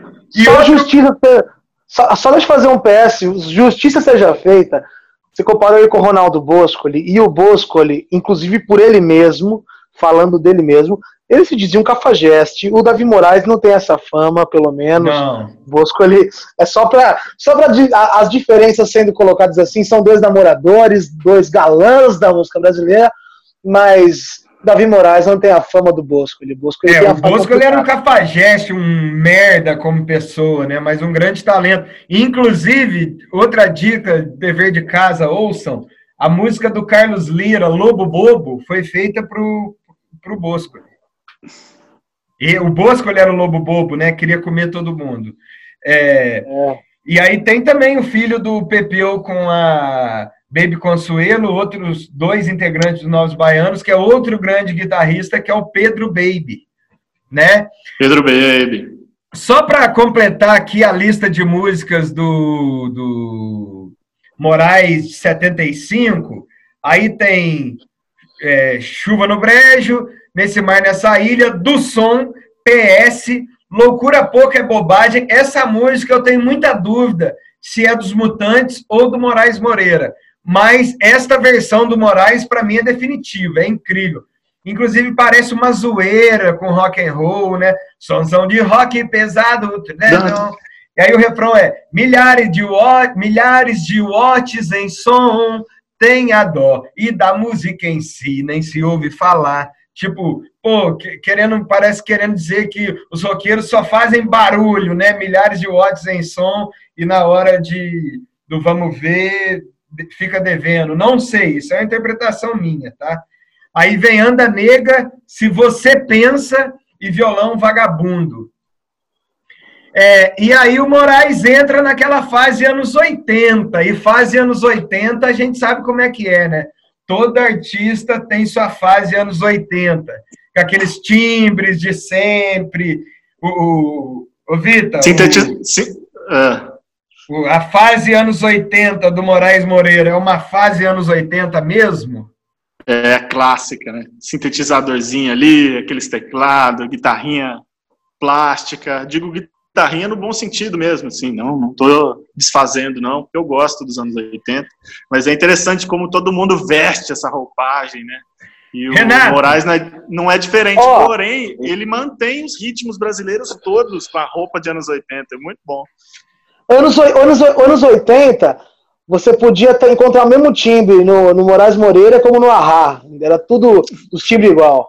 Só deixa eu fazer um PS, justiça seja feita. Você comparou ele com o Ronaldo Boscoli, e o Boscoli, inclusive por ele mesmo, falando dele mesmo, ele se dizia um cafajeste. O Davi Moraes não tem essa fama, pelo menos. Não. O Boscoli é só para as diferenças sendo colocadas assim, são 2 namoradores, 2 galãs da música brasileira, mas Davi Moraes não tem a fama do Boscoli. O Boscoli era um cafajeste, um merda como pessoa, né? Mas um grande talento. Inclusive, outra dica, dever de casa, ouçam, a música do Carlos Lira, Lobo Bobo, foi feita pro Boscoli. E o Boscoli era o Lobo Bobo, né? Queria comer todo mundo. E aí tem também o filho do Pepeu com a Baby Consuelo, outros 2 integrantes dos Novos Baianos, que é outro grande guitarrista, que é o Pedro Baby, né? Pedro Baby. Só para completar aqui a lista de músicas do Moraes de 75, aí tem Chuva no Brejo, Nesse Mar, Nessa Ilha, do Som, PS, Loucura Pouca é Bobagem. Essa música eu tenho muita dúvida se é dos Mutantes ou do Moraes Moreira. Mas esta versão do Moraes, para mim, é definitiva, é incrível. Inclusive, parece uma zoeira com rock and roll, né? Sonzão de rock pesado, né? E aí o refrão é: milhares de watts em som, tem a dó, e da música em si nem se ouve falar. Tipo, pô, parece querendo dizer que os roqueiros só fazem barulho, né? Milhares de watts em som, e na hora do vamos ver, fica devendo. Não sei, isso é uma interpretação minha, tá? Aí vem Anda Nega, Se Você Pensa, e Violão Vagabundo. E aí o Moraes entra naquela fase anos 80, e fase anos 80 a gente sabe como é que é, né? Todo artista tem sua fase anos 80, com aqueles timbres de sempre. O Vitor, a fase anos 80 do Moraes Moreira é uma fase anos 80 mesmo? É clássica, né? Sintetizadorzinho ali, aqueles teclados, guitarrinha plástica. Digo guitarrinha no bom sentido mesmo, assim, não estou desfazendo, não, porque eu gosto dos anos 80, mas é interessante como todo mundo veste essa roupagem, né? E o Renato, Moraes não é diferente, porém, ele mantém os ritmos brasileiros todos com a roupa de anos 80, é muito bom. Anos 80, você podia encontrar o mesmo timbre no Moraes Moreira como no Ahá, era tudo os timbres igual.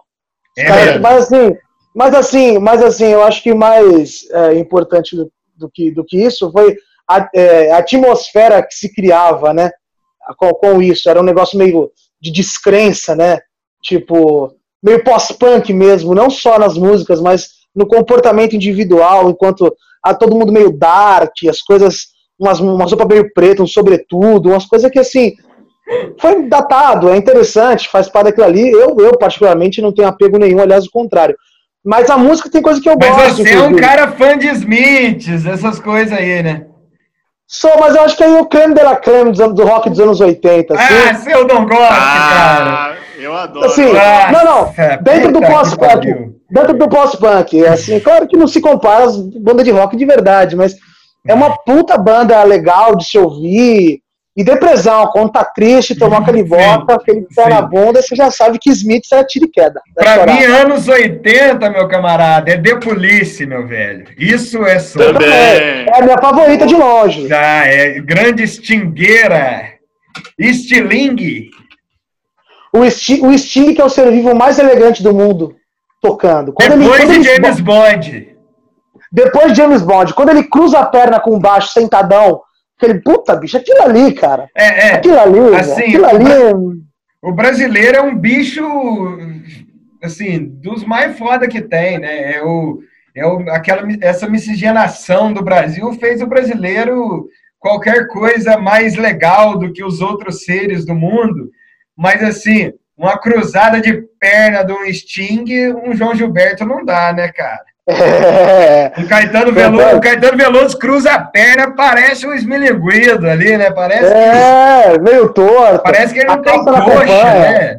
Mas assim, eu acho que mais importante do que isso foi a atmosfera que se criava, né? Com isso. Era um negócio meio de descrença, né? Tipo, meio pós-punk mesmo, não só nas músicas, mas no comportamento individual, enquanto todo mundo meio dark, as coisas, uma roupa meio preta, um sobretudo, umas coisas que, assim, foi datado, é interessante, faz parte daquilo ali. Eu particularmente, não tenho apego nenhum, aliás, o contrário. Mas a música tem coisa que eu gosto. Mas você é um cara fã de Smiths, essas coisas aí, né? Mas eu acho que aí o creme de la creme do rock dos anos 80. Assim. Eu não gosto, cara. Eu adoro. Assim, dentro do pós-punk, assim, claro que não se compara às bandas de rock de verdade, mas é uma puta banda legal de se ouvir. E depressão, quando tá triste, tomar aquele bota, aquele pé na bunda, você já sabe que Smiths é tiro e queda. Pra mim, anos 80, meu camarada, é The Police, meu velho. Isso é só. É a minha favorita de longe. É grande Stingueira. Stiling. O Sting, que é o ser vivo mais elegante do mundo, tocando. Depois de James Bond. Depois de James Bond. Quando ele cruza a perna com o baixo, sentadão, aquele puta, bicho, aquilo ali, cara. Aquilo ali, assim, aquilo ali. O brasileiro é um bicho, assim, dos mais foda que tem, né? Essa miscigenação do Brasil fez o brasileiro qualquer coisa mais legal do que os outros seres do mundo. Mas, assim, uma cruzada de perna de um Sting, um João Gilberto não dá, né, cara? O Caetano Veloso cruza a perna, parece um esmilinguido ali, né? Parece meio torto. Parece que ele não tem coxa, né?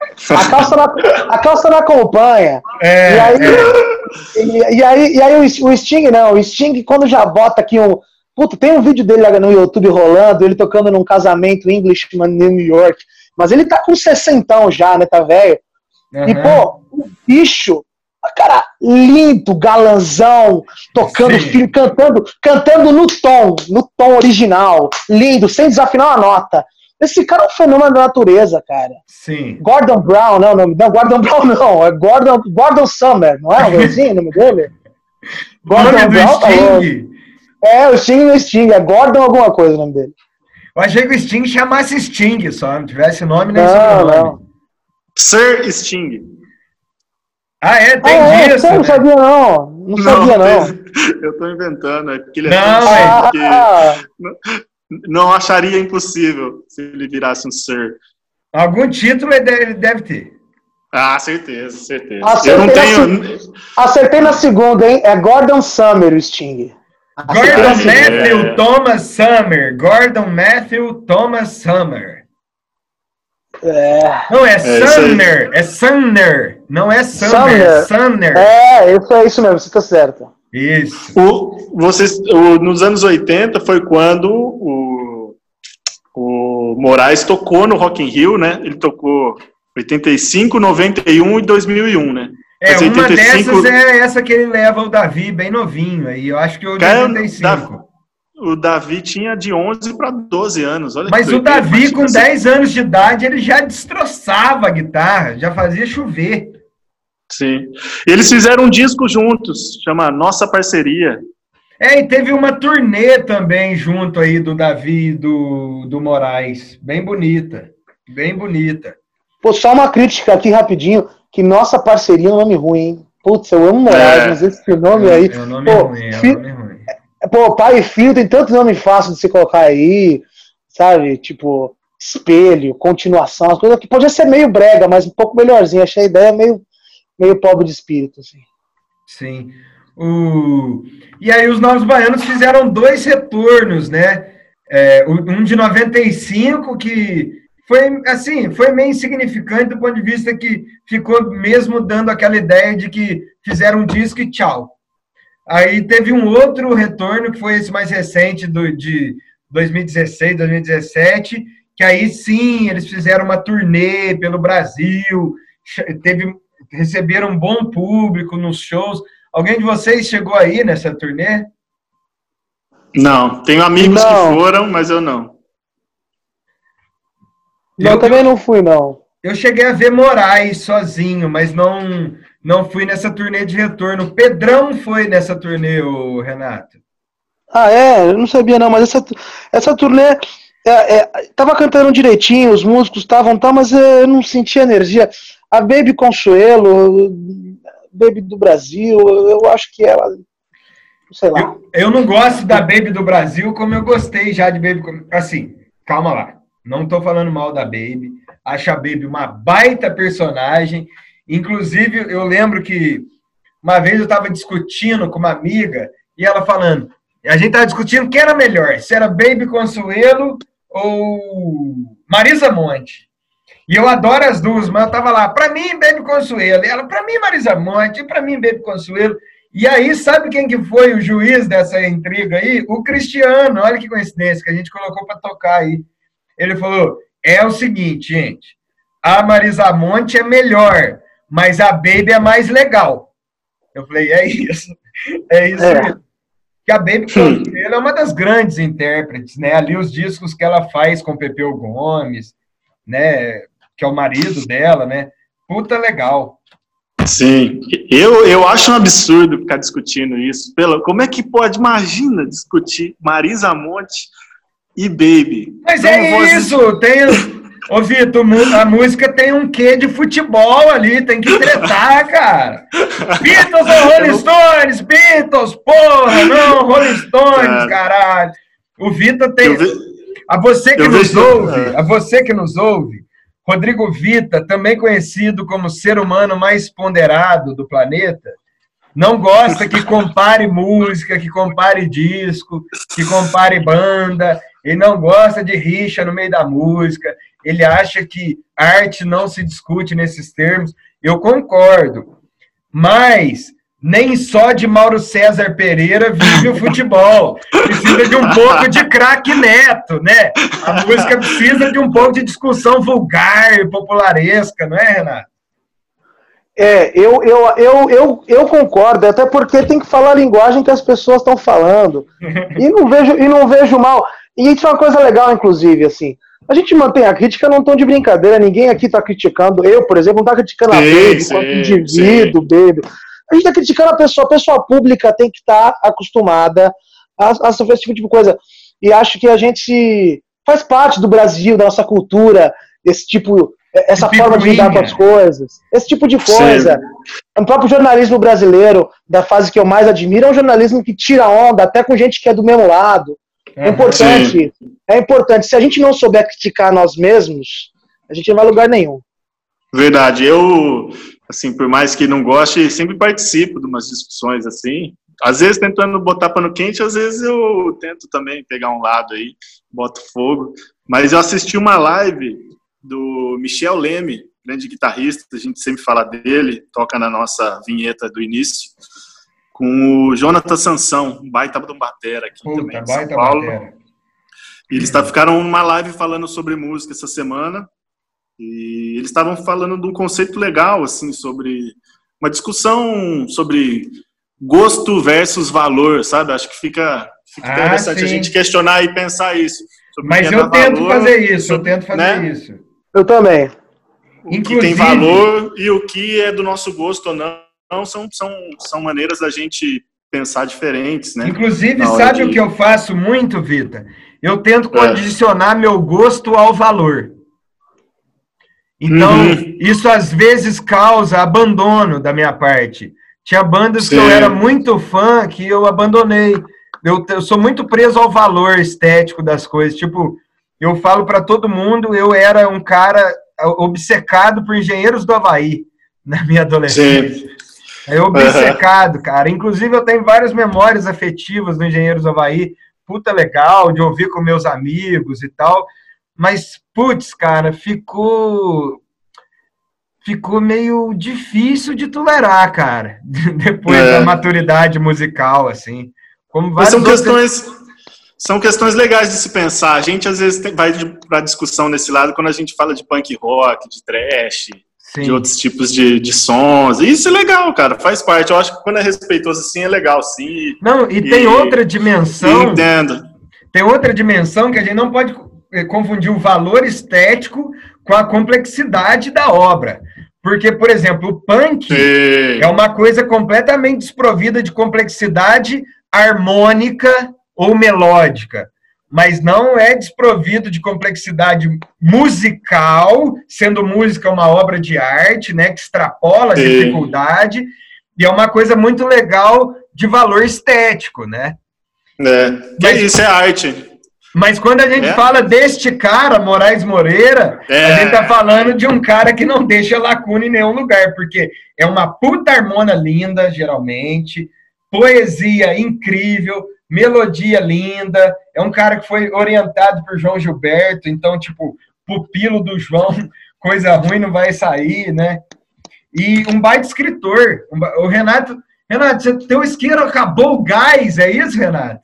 A calça não acompanha. E aí o Sting, não. O Sting, quando já bota aqui um... Puta, tem um vídeo dele lá no YouTube rolando, ele tocando num casamento Englishman em New York. Mas ele tá com 60 já, né? Tá velho. E, pô, o bicho... Cara, lindo, galanzão, tocando filho, cantando no tom original, lindo, sem desafinar uma nota. Esse cara é um fenômeno da natureza, cara. Sim. Gordon Brown, não, Gordon Brown não, é Gordon Summer, não é o nome dele? Gordon Brown, Sting? O Sting no Sting, é Gordon alguma coisa o nome dele. Eu achei que o Sting chamasse Sting só, não tivesse nome nem sobrenome. Não. Sir Sting. Tem isso. Não sabia, não. Não sabia, não. Eu tô inventando, é porque ele é que não acharia impossível se ele virasse um Sir. Algum título ele deve ter. Certeza. Acertei na segunda, hein? É Gordon Summer, o Sting. Gordon Matthew Thomas Summer. Gordon Matthew Thomas Summer. Não, é Sumner. É Sumner. Não é Summer. É Sumner. É isso mesmo, você tá certo. Isso. Nos anos 80 foi quando o Moraes tocou no Rock in Rio, né? Ele tocou 85, 91 e 2001, né? Uma 85... dessas é essa que ele leva o Davi bem novinho, aí eu acho que o de 85. O Davi tinha de 11 para 12 anos. Olha, mas o Davi, com 10 anos de idade, ele já destroçava a guitarra, já fazia chover. Sim. Eles fizeram um disco juntos, chama Nossa Parceria. E teve uma turnê também junto aí do Davi e do Moraes. Bem bonita. Bem bonita. Pô, só uma crítica aqui rapidinho, que Nossa Parceria é um nome ruim, hein? Putz, eu amo Moraes, mas esse nome aí... É um nome ruim, é um nome ruim. Pô, pai e filho tem tanto nome fácil de se colocar aí, sabe? Tipo, espelho, continuação, as coisas que podia ser meio brega, mas um pouco melhorzinho. Achei a ideia meio pobre de espírito, assim. Sim. E aí os Novos Baianos fizeram 2 retornos, né? Um de 95, que foi meio insignificante do ponto de vista que ficou mesmo dando aquela ideia de que fizeram um disco e tchau. Aí teve um outro retorno, que foi esse mais recente, de 2016, 2017, que aí sim, eles fizeram uma turnê pelo Brasil, receberam um bom público nos shows. Alguém de vocês chegou aí nessa turnê? Não, tenho amigos que foram, mas eu não. Eu também não fui, não. Eu cheguei a ver Moraes sozinho, mas não fui nessa turnê de retorno. O Pedrão foi nessa turnê, o Renato. Eu não sabia não, mas essa turnê tava cantando direitinho, os músicos estavam, mas eu não sentia energia. A Baby Consuelo, Baby do Brasil, eu acho que ela, sei lá. Eu não gosto da Baby do Brasil como eu gostei já de Baby. Assim, calma lá. Não tô falando mal da Baby. Acho a Baby uma baita personagem. Inclusive, eu lembro que uma vez eu estava discutindo com uma amiga e ela falando, a gente estava discutindo quem era melhor, se era Baby Consuelo ou Marisa Monte. E eu adoro as duas, mas eu estava lá, para mim, Baby Consuelo. E ela, para mim, Marisa Monte, e para mim, Baby Consuelo. E aí, sabe quem que foi o juiz dessa intriga aí? O Cristiano, olha que coincidência, que a gente colocou para tocar aí. Ele falou, é o seguinte, gente, a Marisa Monte é melhor, mas a Baby é mais legal. Eu falei, é isso mesmo. Que a Baby Consuelo é uma das grandes intérpretes, né? Ali os discos que ela faz com Pepeu Gomes, né? Que é o marido dela, né? Puta legal. Sim, eu acho um absurdo ficar discutindo isso. Como é que pode, imagina, discutir Marisa Monte e Baby? Mas isso, tem... Ô, Vitor, a música tem um quê de futebol ali, tem que tretar, cara. Beatles ou Rolling Stones? Beatles, porra, não, Rolling Stones, caralho. O Vitor tem... A você que nos ouve, Rodrigo Vitor, também conhecido como ser humano mais ponderado do planeta, não gosta que compare música, que compare disco, que compare banda. Ele não gosta de rixa no meio da música. Ele acha que arte não se discute nesses termos. Eu concordo. Mas nem só de Mauro César Pereira vive o futebol. Precisa de um pouco de craque Neto, né? A música precisa de um pouco de discussão vulgar e popularesca, não é, Renato? Eu concordo, até porque tem que falar a linguagem que as pessoas estão falando. E não vejo mal. E isso é uma coisa legal, inclusive, assim. A gente mantém a crítica num tom de brincadeira, ninguém aqui está criticando. Eu, por exemplo, não está criticando a Baby, quanto indivíduo, Baby. A gente está criticando a pessoa pública tem que estar acostumada a sofrer esse tipo de coisa. E acho que a gente faz parte do Brasil, da nossa cultura, essa forma de lidar com as coisas, esse tipo de coisa. Sim. O próprio jornalismo brasileiro, da fase que eu mais admiro, é um jornalismo que tira onda, até com gente que é do mesmo lado. É importante. Sim. É importante. Se a gente não souber criticar nós mesmos, a gente não vai a lugar nenhum. Verdade. Eu, assim, por mais que não goste, sempre participo de umas discussões assim. Às vezes tentando botar pano quente, às vezes eu tento também pegar um lado aí, boto fogo. Mas eu assisti uma live do Michel Leme, grande guitarrista, a gente sempre fala dele, toca na nossa vinheta do início, com o Jonathan Sansão, um baita de um batera aqui também, em São Paulo. E eles ficaram numa live falando sobre música essa semana, e eles estavam falando de um conceito legal, assim, sobre uma discussão sobre gosto versus valor, sabe? Acho que fica interessante a gente questionar e pensar isso. Mas eu tento fazer isso, isso. Eu também. O que tem valor e o que é do nosso gosto ou não são maneiras da gente pensar diferentes, né? Inclusive, sabe o que eu faço muito, Vita? Eu tento condicionar meu gosto ao valor. Então, isso às vezes causa abandono da minha parte. Tinha bandas que eu era muito fã que eu abandonei. Eu sou muito preso ao valor estético das coisas. Tipo, eu falo para todo mundo, eu era um cara obcecado por Engenheiros do Havaí na minha adolescência. Obcecado, cara. Inclusive, eu tenho várias memórias afetivas do Engenheiros do Havaí. Puta legal, de ouvir com meus amigos e tal. Mas, putz, cara, ficou meio difícil de tolerar, cara. Depois da maturidade musical, assim. Como mas são questões legais de se pensar. A gente, às vezes, vai para a discussão nesse lado quando a gente fala de punk rock, de thrash, de outros tipos de sons. E isso é legal, cara, faz parte. Eu acho que quando é respeitoso assim, é legal, sim. Não, e tem outra dimensão. Entendo. Tem outra dimensão que a gente não pode confundir o valor estético com a complexidade da obra. Porque, por exemplo, o punk é uma coisa completamente desprovida de complexidade harmônica ou melódica, mas não é desprovido de complexidade musical, sendo música uma obra de arte, né, que extrapola a dificuldade, e é uma coisa muito legal de valor estético, né? Isso é arte. Mas quando a gente fala deste cara, Moraes Moreira, a gente tá falando de um cara que não deixa lacuna em nenhum lugar, porque é uma puta harmona linda, geralmente, poesia incrível, melodia linda, é um cara que foi orientado por João Gilberto, então, tipo, pupilo do João, coisa ruim não vai sair, né? E um baita escritor. O Renato, teu isqueiro acabou o gás, é isso, Renato?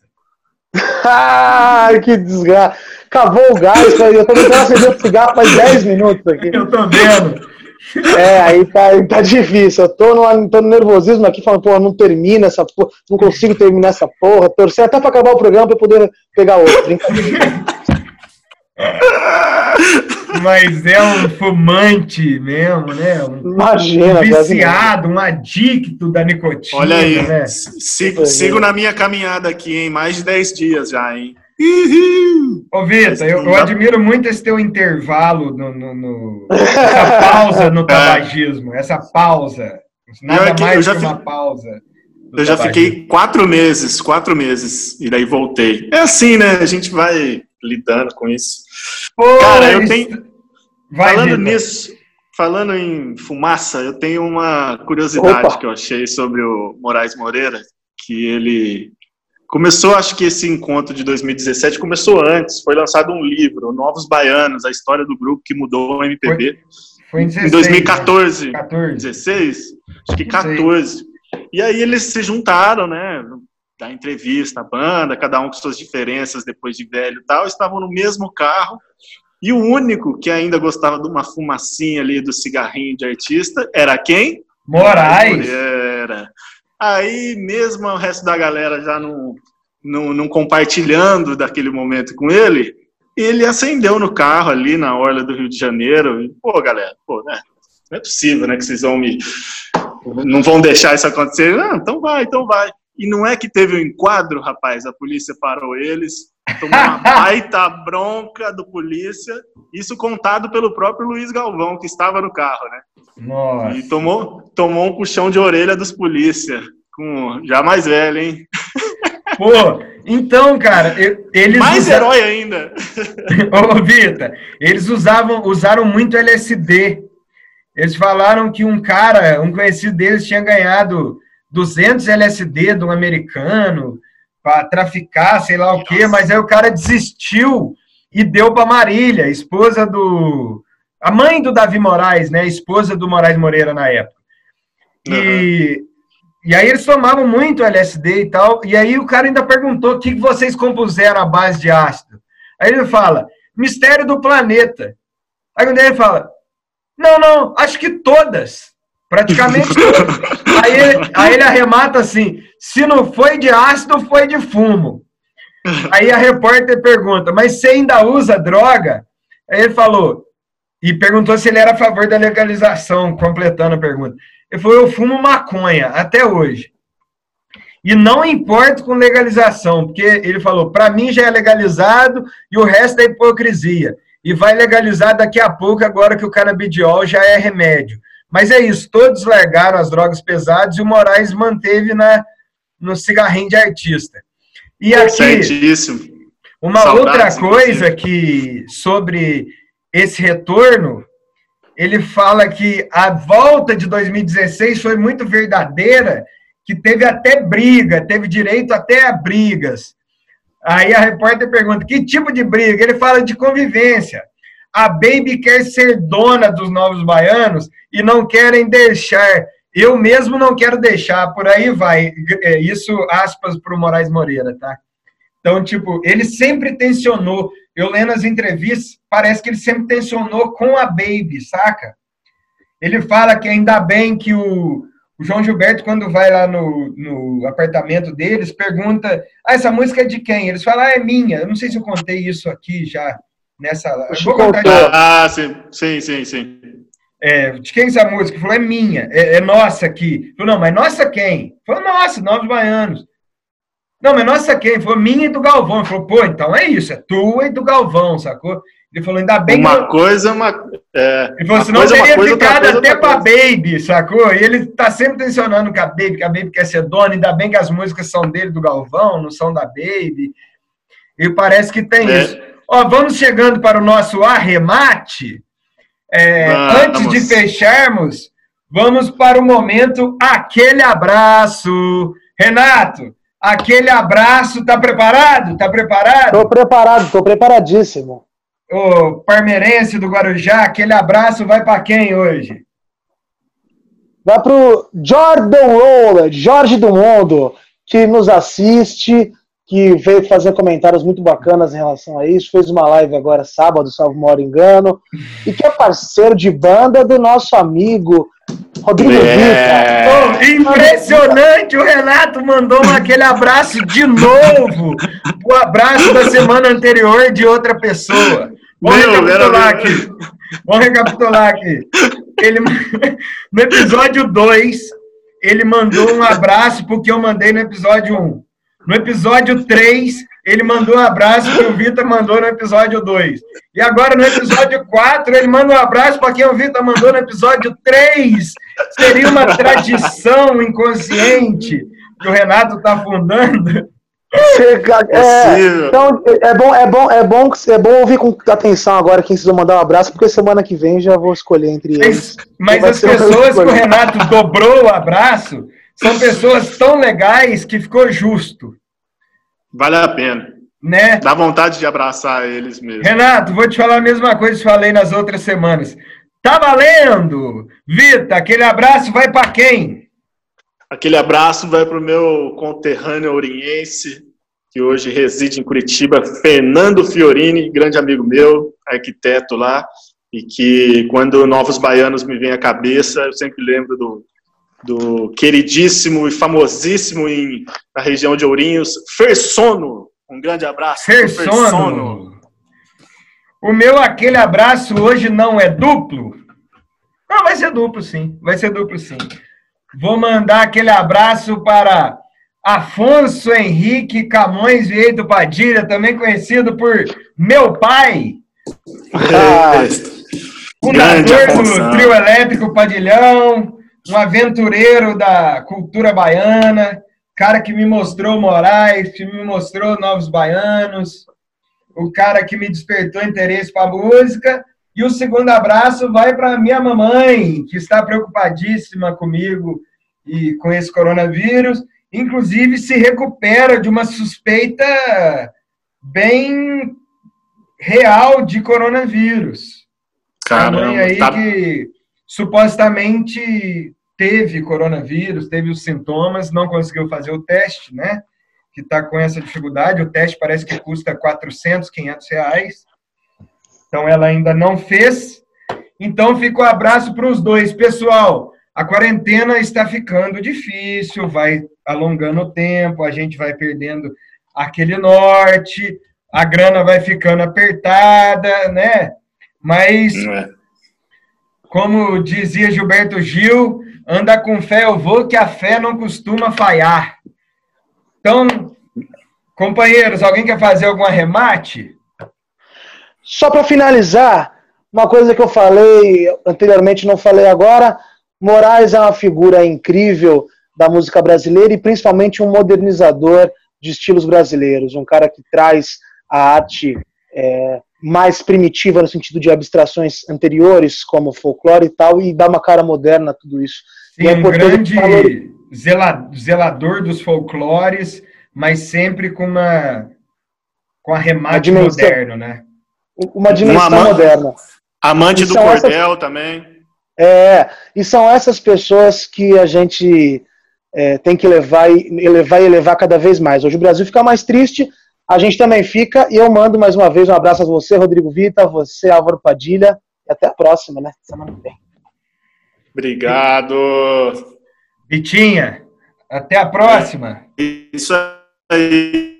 Que desgraça. Acabou o gás, eu tô tentando acender o cigarro faz 10 minutos aqui. Eu tô vendo. Aí tá difícil. Eu tô no nervosismo aqui, falando, pô, não termina essa porra, não consigo terminar essa porra. Torcer até pra acabar o programa pra eu poder pegar outro. Mas é um fumante mesmo, né? Imagina, viciado, um adicto da nicotina. Olha aí, né? Sigo na minha caminhada aqui, hein? Mais de 10 dias já, hein? Ô, Vitor, eu admiro muito esse teu intervalo, essa pausa no tabagismo, essa pausa. Nada mais que uma pausa. Eu já fiquei 4 meses, e daí voltei. É assim, né? A gente vai lidando com isso. Cara, eu tenho... Falando em fumaça, eu tenho uma curiosidade que eu achei sobre o Moraes Moreira, que ele começou, acho que esse encontro de 2017 começou antes, foi lançado um livro, Novos Baianos, a história do grupo que mudou o MPB. Foi em 16, em 2014. 14. 16? Acho que 14. E aí eles se juntaram, né? Da entrevista, a banda, cada um com suas diferenças depois de velho e tal, estavam no mesmo carro, e o único que ainda gostava de uma fumacinha ali do cigarrinho de artista era quem? Moraes. Aí mesmo o resto da galera já não compartilhando daquele momento com ele acendeu no carro ali na orla do Rio de Janeiro, e, pô galera, né? Não é possível, né, que vocês não vão deixar isso acontecer. Não, então vai. E não é que teve um enquadro, rapaz, a polícia parou eles, tomou uma baita bronca do polícia, isso contado pelo próprio Luiz Galvão, que estava no carro, né? Nossa. E tomou um puxão de orelha dos polícia, já mais velho, hein? Pô, então, cara, eles... Mais herói ainda. Ô, Vita, eles usaram muito LSD. Eles falaram que um conhecido deles tinha ganhado 200 LSD de um americano para traficar, sei lá o quê, mas aí o cara desistiu e deu para Marília, a mãe do Davi Moraes, né, esposa do Moraes Moreira na época. E aí eles tomavam muito LSD e tal, e aí o cara ainda perguntou o que vocês compuseram à base de ácido. Aí ele fala, Mistério do Planeta. Aí ele fala, não, acho que todas. Praticamente todos. Aí ele arremata assim, se não foi de ácido, foi de fumo. Aí a repórter pergunta, mas você ainda usa droga? Aí ele falou, e perguntou se ele era a favor da legalização, completando a pergunta. Ele falou, eu fumo maconha, até hoje. E não importa com legalização, porque ele falou, para mim já é legalizado e o resto é hipocrisia. E vai legalizar daqui a pouco, agora que o canabidiol já é remédio. Mas é isso, todos largaram as drogas pesadas e o Moraes manteve no cigarrinho de artista. E aqui, certíssimo. Uma outra coisa que, sobre esse retorno, ele fala que a volta de 2016 foi muito verdadeira, que teve até briga, teve direito até a brigas. Aí a repórter pergunta, que tipo de briga? Ele fala de convivência. A Baby quer ser dona dos Novos Baianos e não querem deixar. Eu mesmo não quero deixar, por aí vai. Isso, aspas, para o Moraes Moreira, tá? Então, tipo, ele sempre tensionou, eu lendo as entrevistas, parece que ele sempre tensionou com a Baby, saca? Ele fala que ainda bem que o João Gilberto, quando vai lá no apartamento deles, pergunta, essa música é de quem? Eles falam, é minha. Eu não sei se eu contei isso aqui já, nessa... Vou contar sim. De quem essa música? Ele falou, é minha, é nossa aqui. Ele falou, não, mas nossa quem? Ele falou, nossa, Novos Baianos. Não, mas nossa quem? Ele falou, minha e do Galvão. Ele falou, pô, então é isso, é tua e do Galvão, sacou? Ele falou, ainda bem que... Ele falou, senão teria ficado até pra Baby, sacou? E ele tá sempre tensionando com a Baby quer ser dona, ainda bem que as músicas são dele, do Galvão, não são da Baby. E parece que tem isso. Ó, vamos chegando para o nosso arremate. Antes de fecharmos, vamos para o momento Aquele Abraço. Renato, aquele abraço, tá preparado? Tá preparado? Tô preparadíssimo. O parmeirense do Guarujá, aquele abraço vai para quem hoje? Vai pro Jorge do Mundo, que nos assiste, que veio fazer comentários muito bacanas em relação a isso, fez uma live agora sábado, salvo maior engano, e que é parceiro de banda do nosso amigo Rodrigo Vita. Impressionante, o Renato mandou aquele abraço de novo, o abraço da semana anterior de outra pessoa. Vamos recapitular aqui. Ele, no episódio 2, ele mandou um abraço porque eu mandei no episódio 1. No episódio 3, ele mandou um abraço que o Vitor mandou no episódio 2. E agora, no episódio 4, ele manda um abraço para quem o Vitor mandou no episódio 3. Seria uma tradição inconsciente que o Renato está fundando. Então, é bom ouvir com atenção agora quem precisa mandar um abraço, porque semana que vem já vou escolher entre eles. Mas as pessoas que o Renato dobrou o abraço são pessoas tão legais que ficou justo. Vale a pena. Né? Dá vontade de abraçar eles mesmo. Renato, vou te falar a mesma coisa que falei nas outras semanas. Tá valendo! Vita, aquele abraço vai para quem? Aquele abraço vai para o meu conterrâneo oriense, que hoje reside em Curitiba, Fernando Fiorini, grande amigo meu, arquiteto lá, e que quando Novos Baianos me vem à cabeça, eu sempre lembro do queridíssimo e famosíssimo na região de Ourinhos, Fersono. Um grande abraço. Fersono. O meu aquele abraço hoje não é duplo? Não, vai ser duplo sim. Vou mandar aquele abraço para Afonso Henrique Camões Vieito Padilha, também conhecido por meu pai. Fundador do Trio Elétrico Padilhão, um aventureiro da cultura baiana, cara que me mostrou Moraes, que me mostrou Novos Baianos, o cara que me despertou interesse para a música. E o segundo abraço vai para minha mamãe, que está preocupadíssima comigo e com esse coronavírus. Inclusive, se recupera de uma suspeita bem real de coronavírus. Caramba, a mãe aí que supostamente teve coronavírus, teve os sintomas, não conseguiu fazer o teste, né? Que está com essa dificuldade. O teste parece que custa R$400, R$500. Então, ela ainda não fez. Então, fica um abraço para os dois. Pessoal, a quarentena está ficando difícil, vai alongando o tempo, a gente vai perdendo aquele norte, a grana vai ficando apertada, né? Mas, como dizia Gilberto Gil, anda com fé eu vou, que a fé não costuma falhar. Então, companheiros, alguém quer fazer algum arremate? Só para finalizar, uma coisa que eu falei anteriormente, não falei agora, Moraes é uma figura incrível da música brasileira e principalmente um modernizador de estilos brasileiros, um cara que traz a arte mais primitiva no sentido de abstrações anteriores, como folclore e tal, e dá uma cara moderna a tudo isso. Sim, um grande zelador dos folclores, mas sempre com arremate moderno, né? Uma dimensão moderna. Amante do cordel também. E são essas pessoas que a gente tem que elevar cada vez mais. Hoje o Brasil fica mais triste, a gente também fica, e eu mando mais uma vez um abraço a você, Rodrigo Vita, a você, Álvaro Padilha, e até a próxima, né? Semana que vem. Obrigado. Vitinha, até a próxima. Isso aí.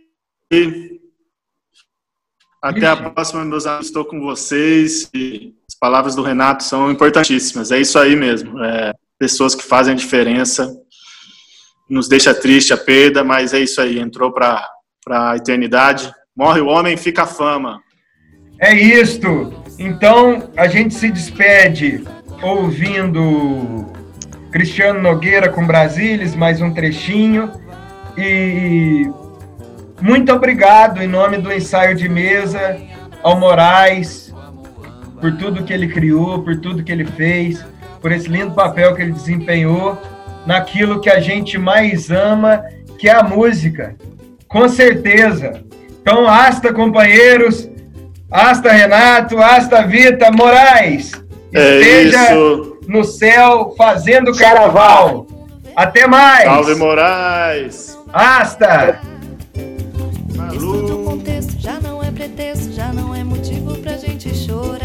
Até a próxima, meus amigos. Estou com vocês. E as palavras do Renato são importantíssimas. É isso aí mesmo. Pessoas que fazem a diferença. Nos deixa triste a perda, mas é isso aí. Entrou para a eternidade. Morre o homem, fica a fama. É isto. Então, a gente se despede ouvindo Cristiano Nogueira com Brasilis, mais um trechinho. E muito obrigado, em nome do Ensaio de Mesa, ao Moraes, por tudo que ele criou, por tudo que ele fez, por esse lindo papel que ele desempenhou naquilo que a gente mais ama, que é a música. Com certeza. Então, hasta, companheiros, hasta, Renato, hasta, Vita, Moraes. Esteja no céu fazendo carnaval. Até mais. Salve, Moraes. Hasta. Isso é outro contexto, já não é pretexto, já não é motivo pra gente chorar.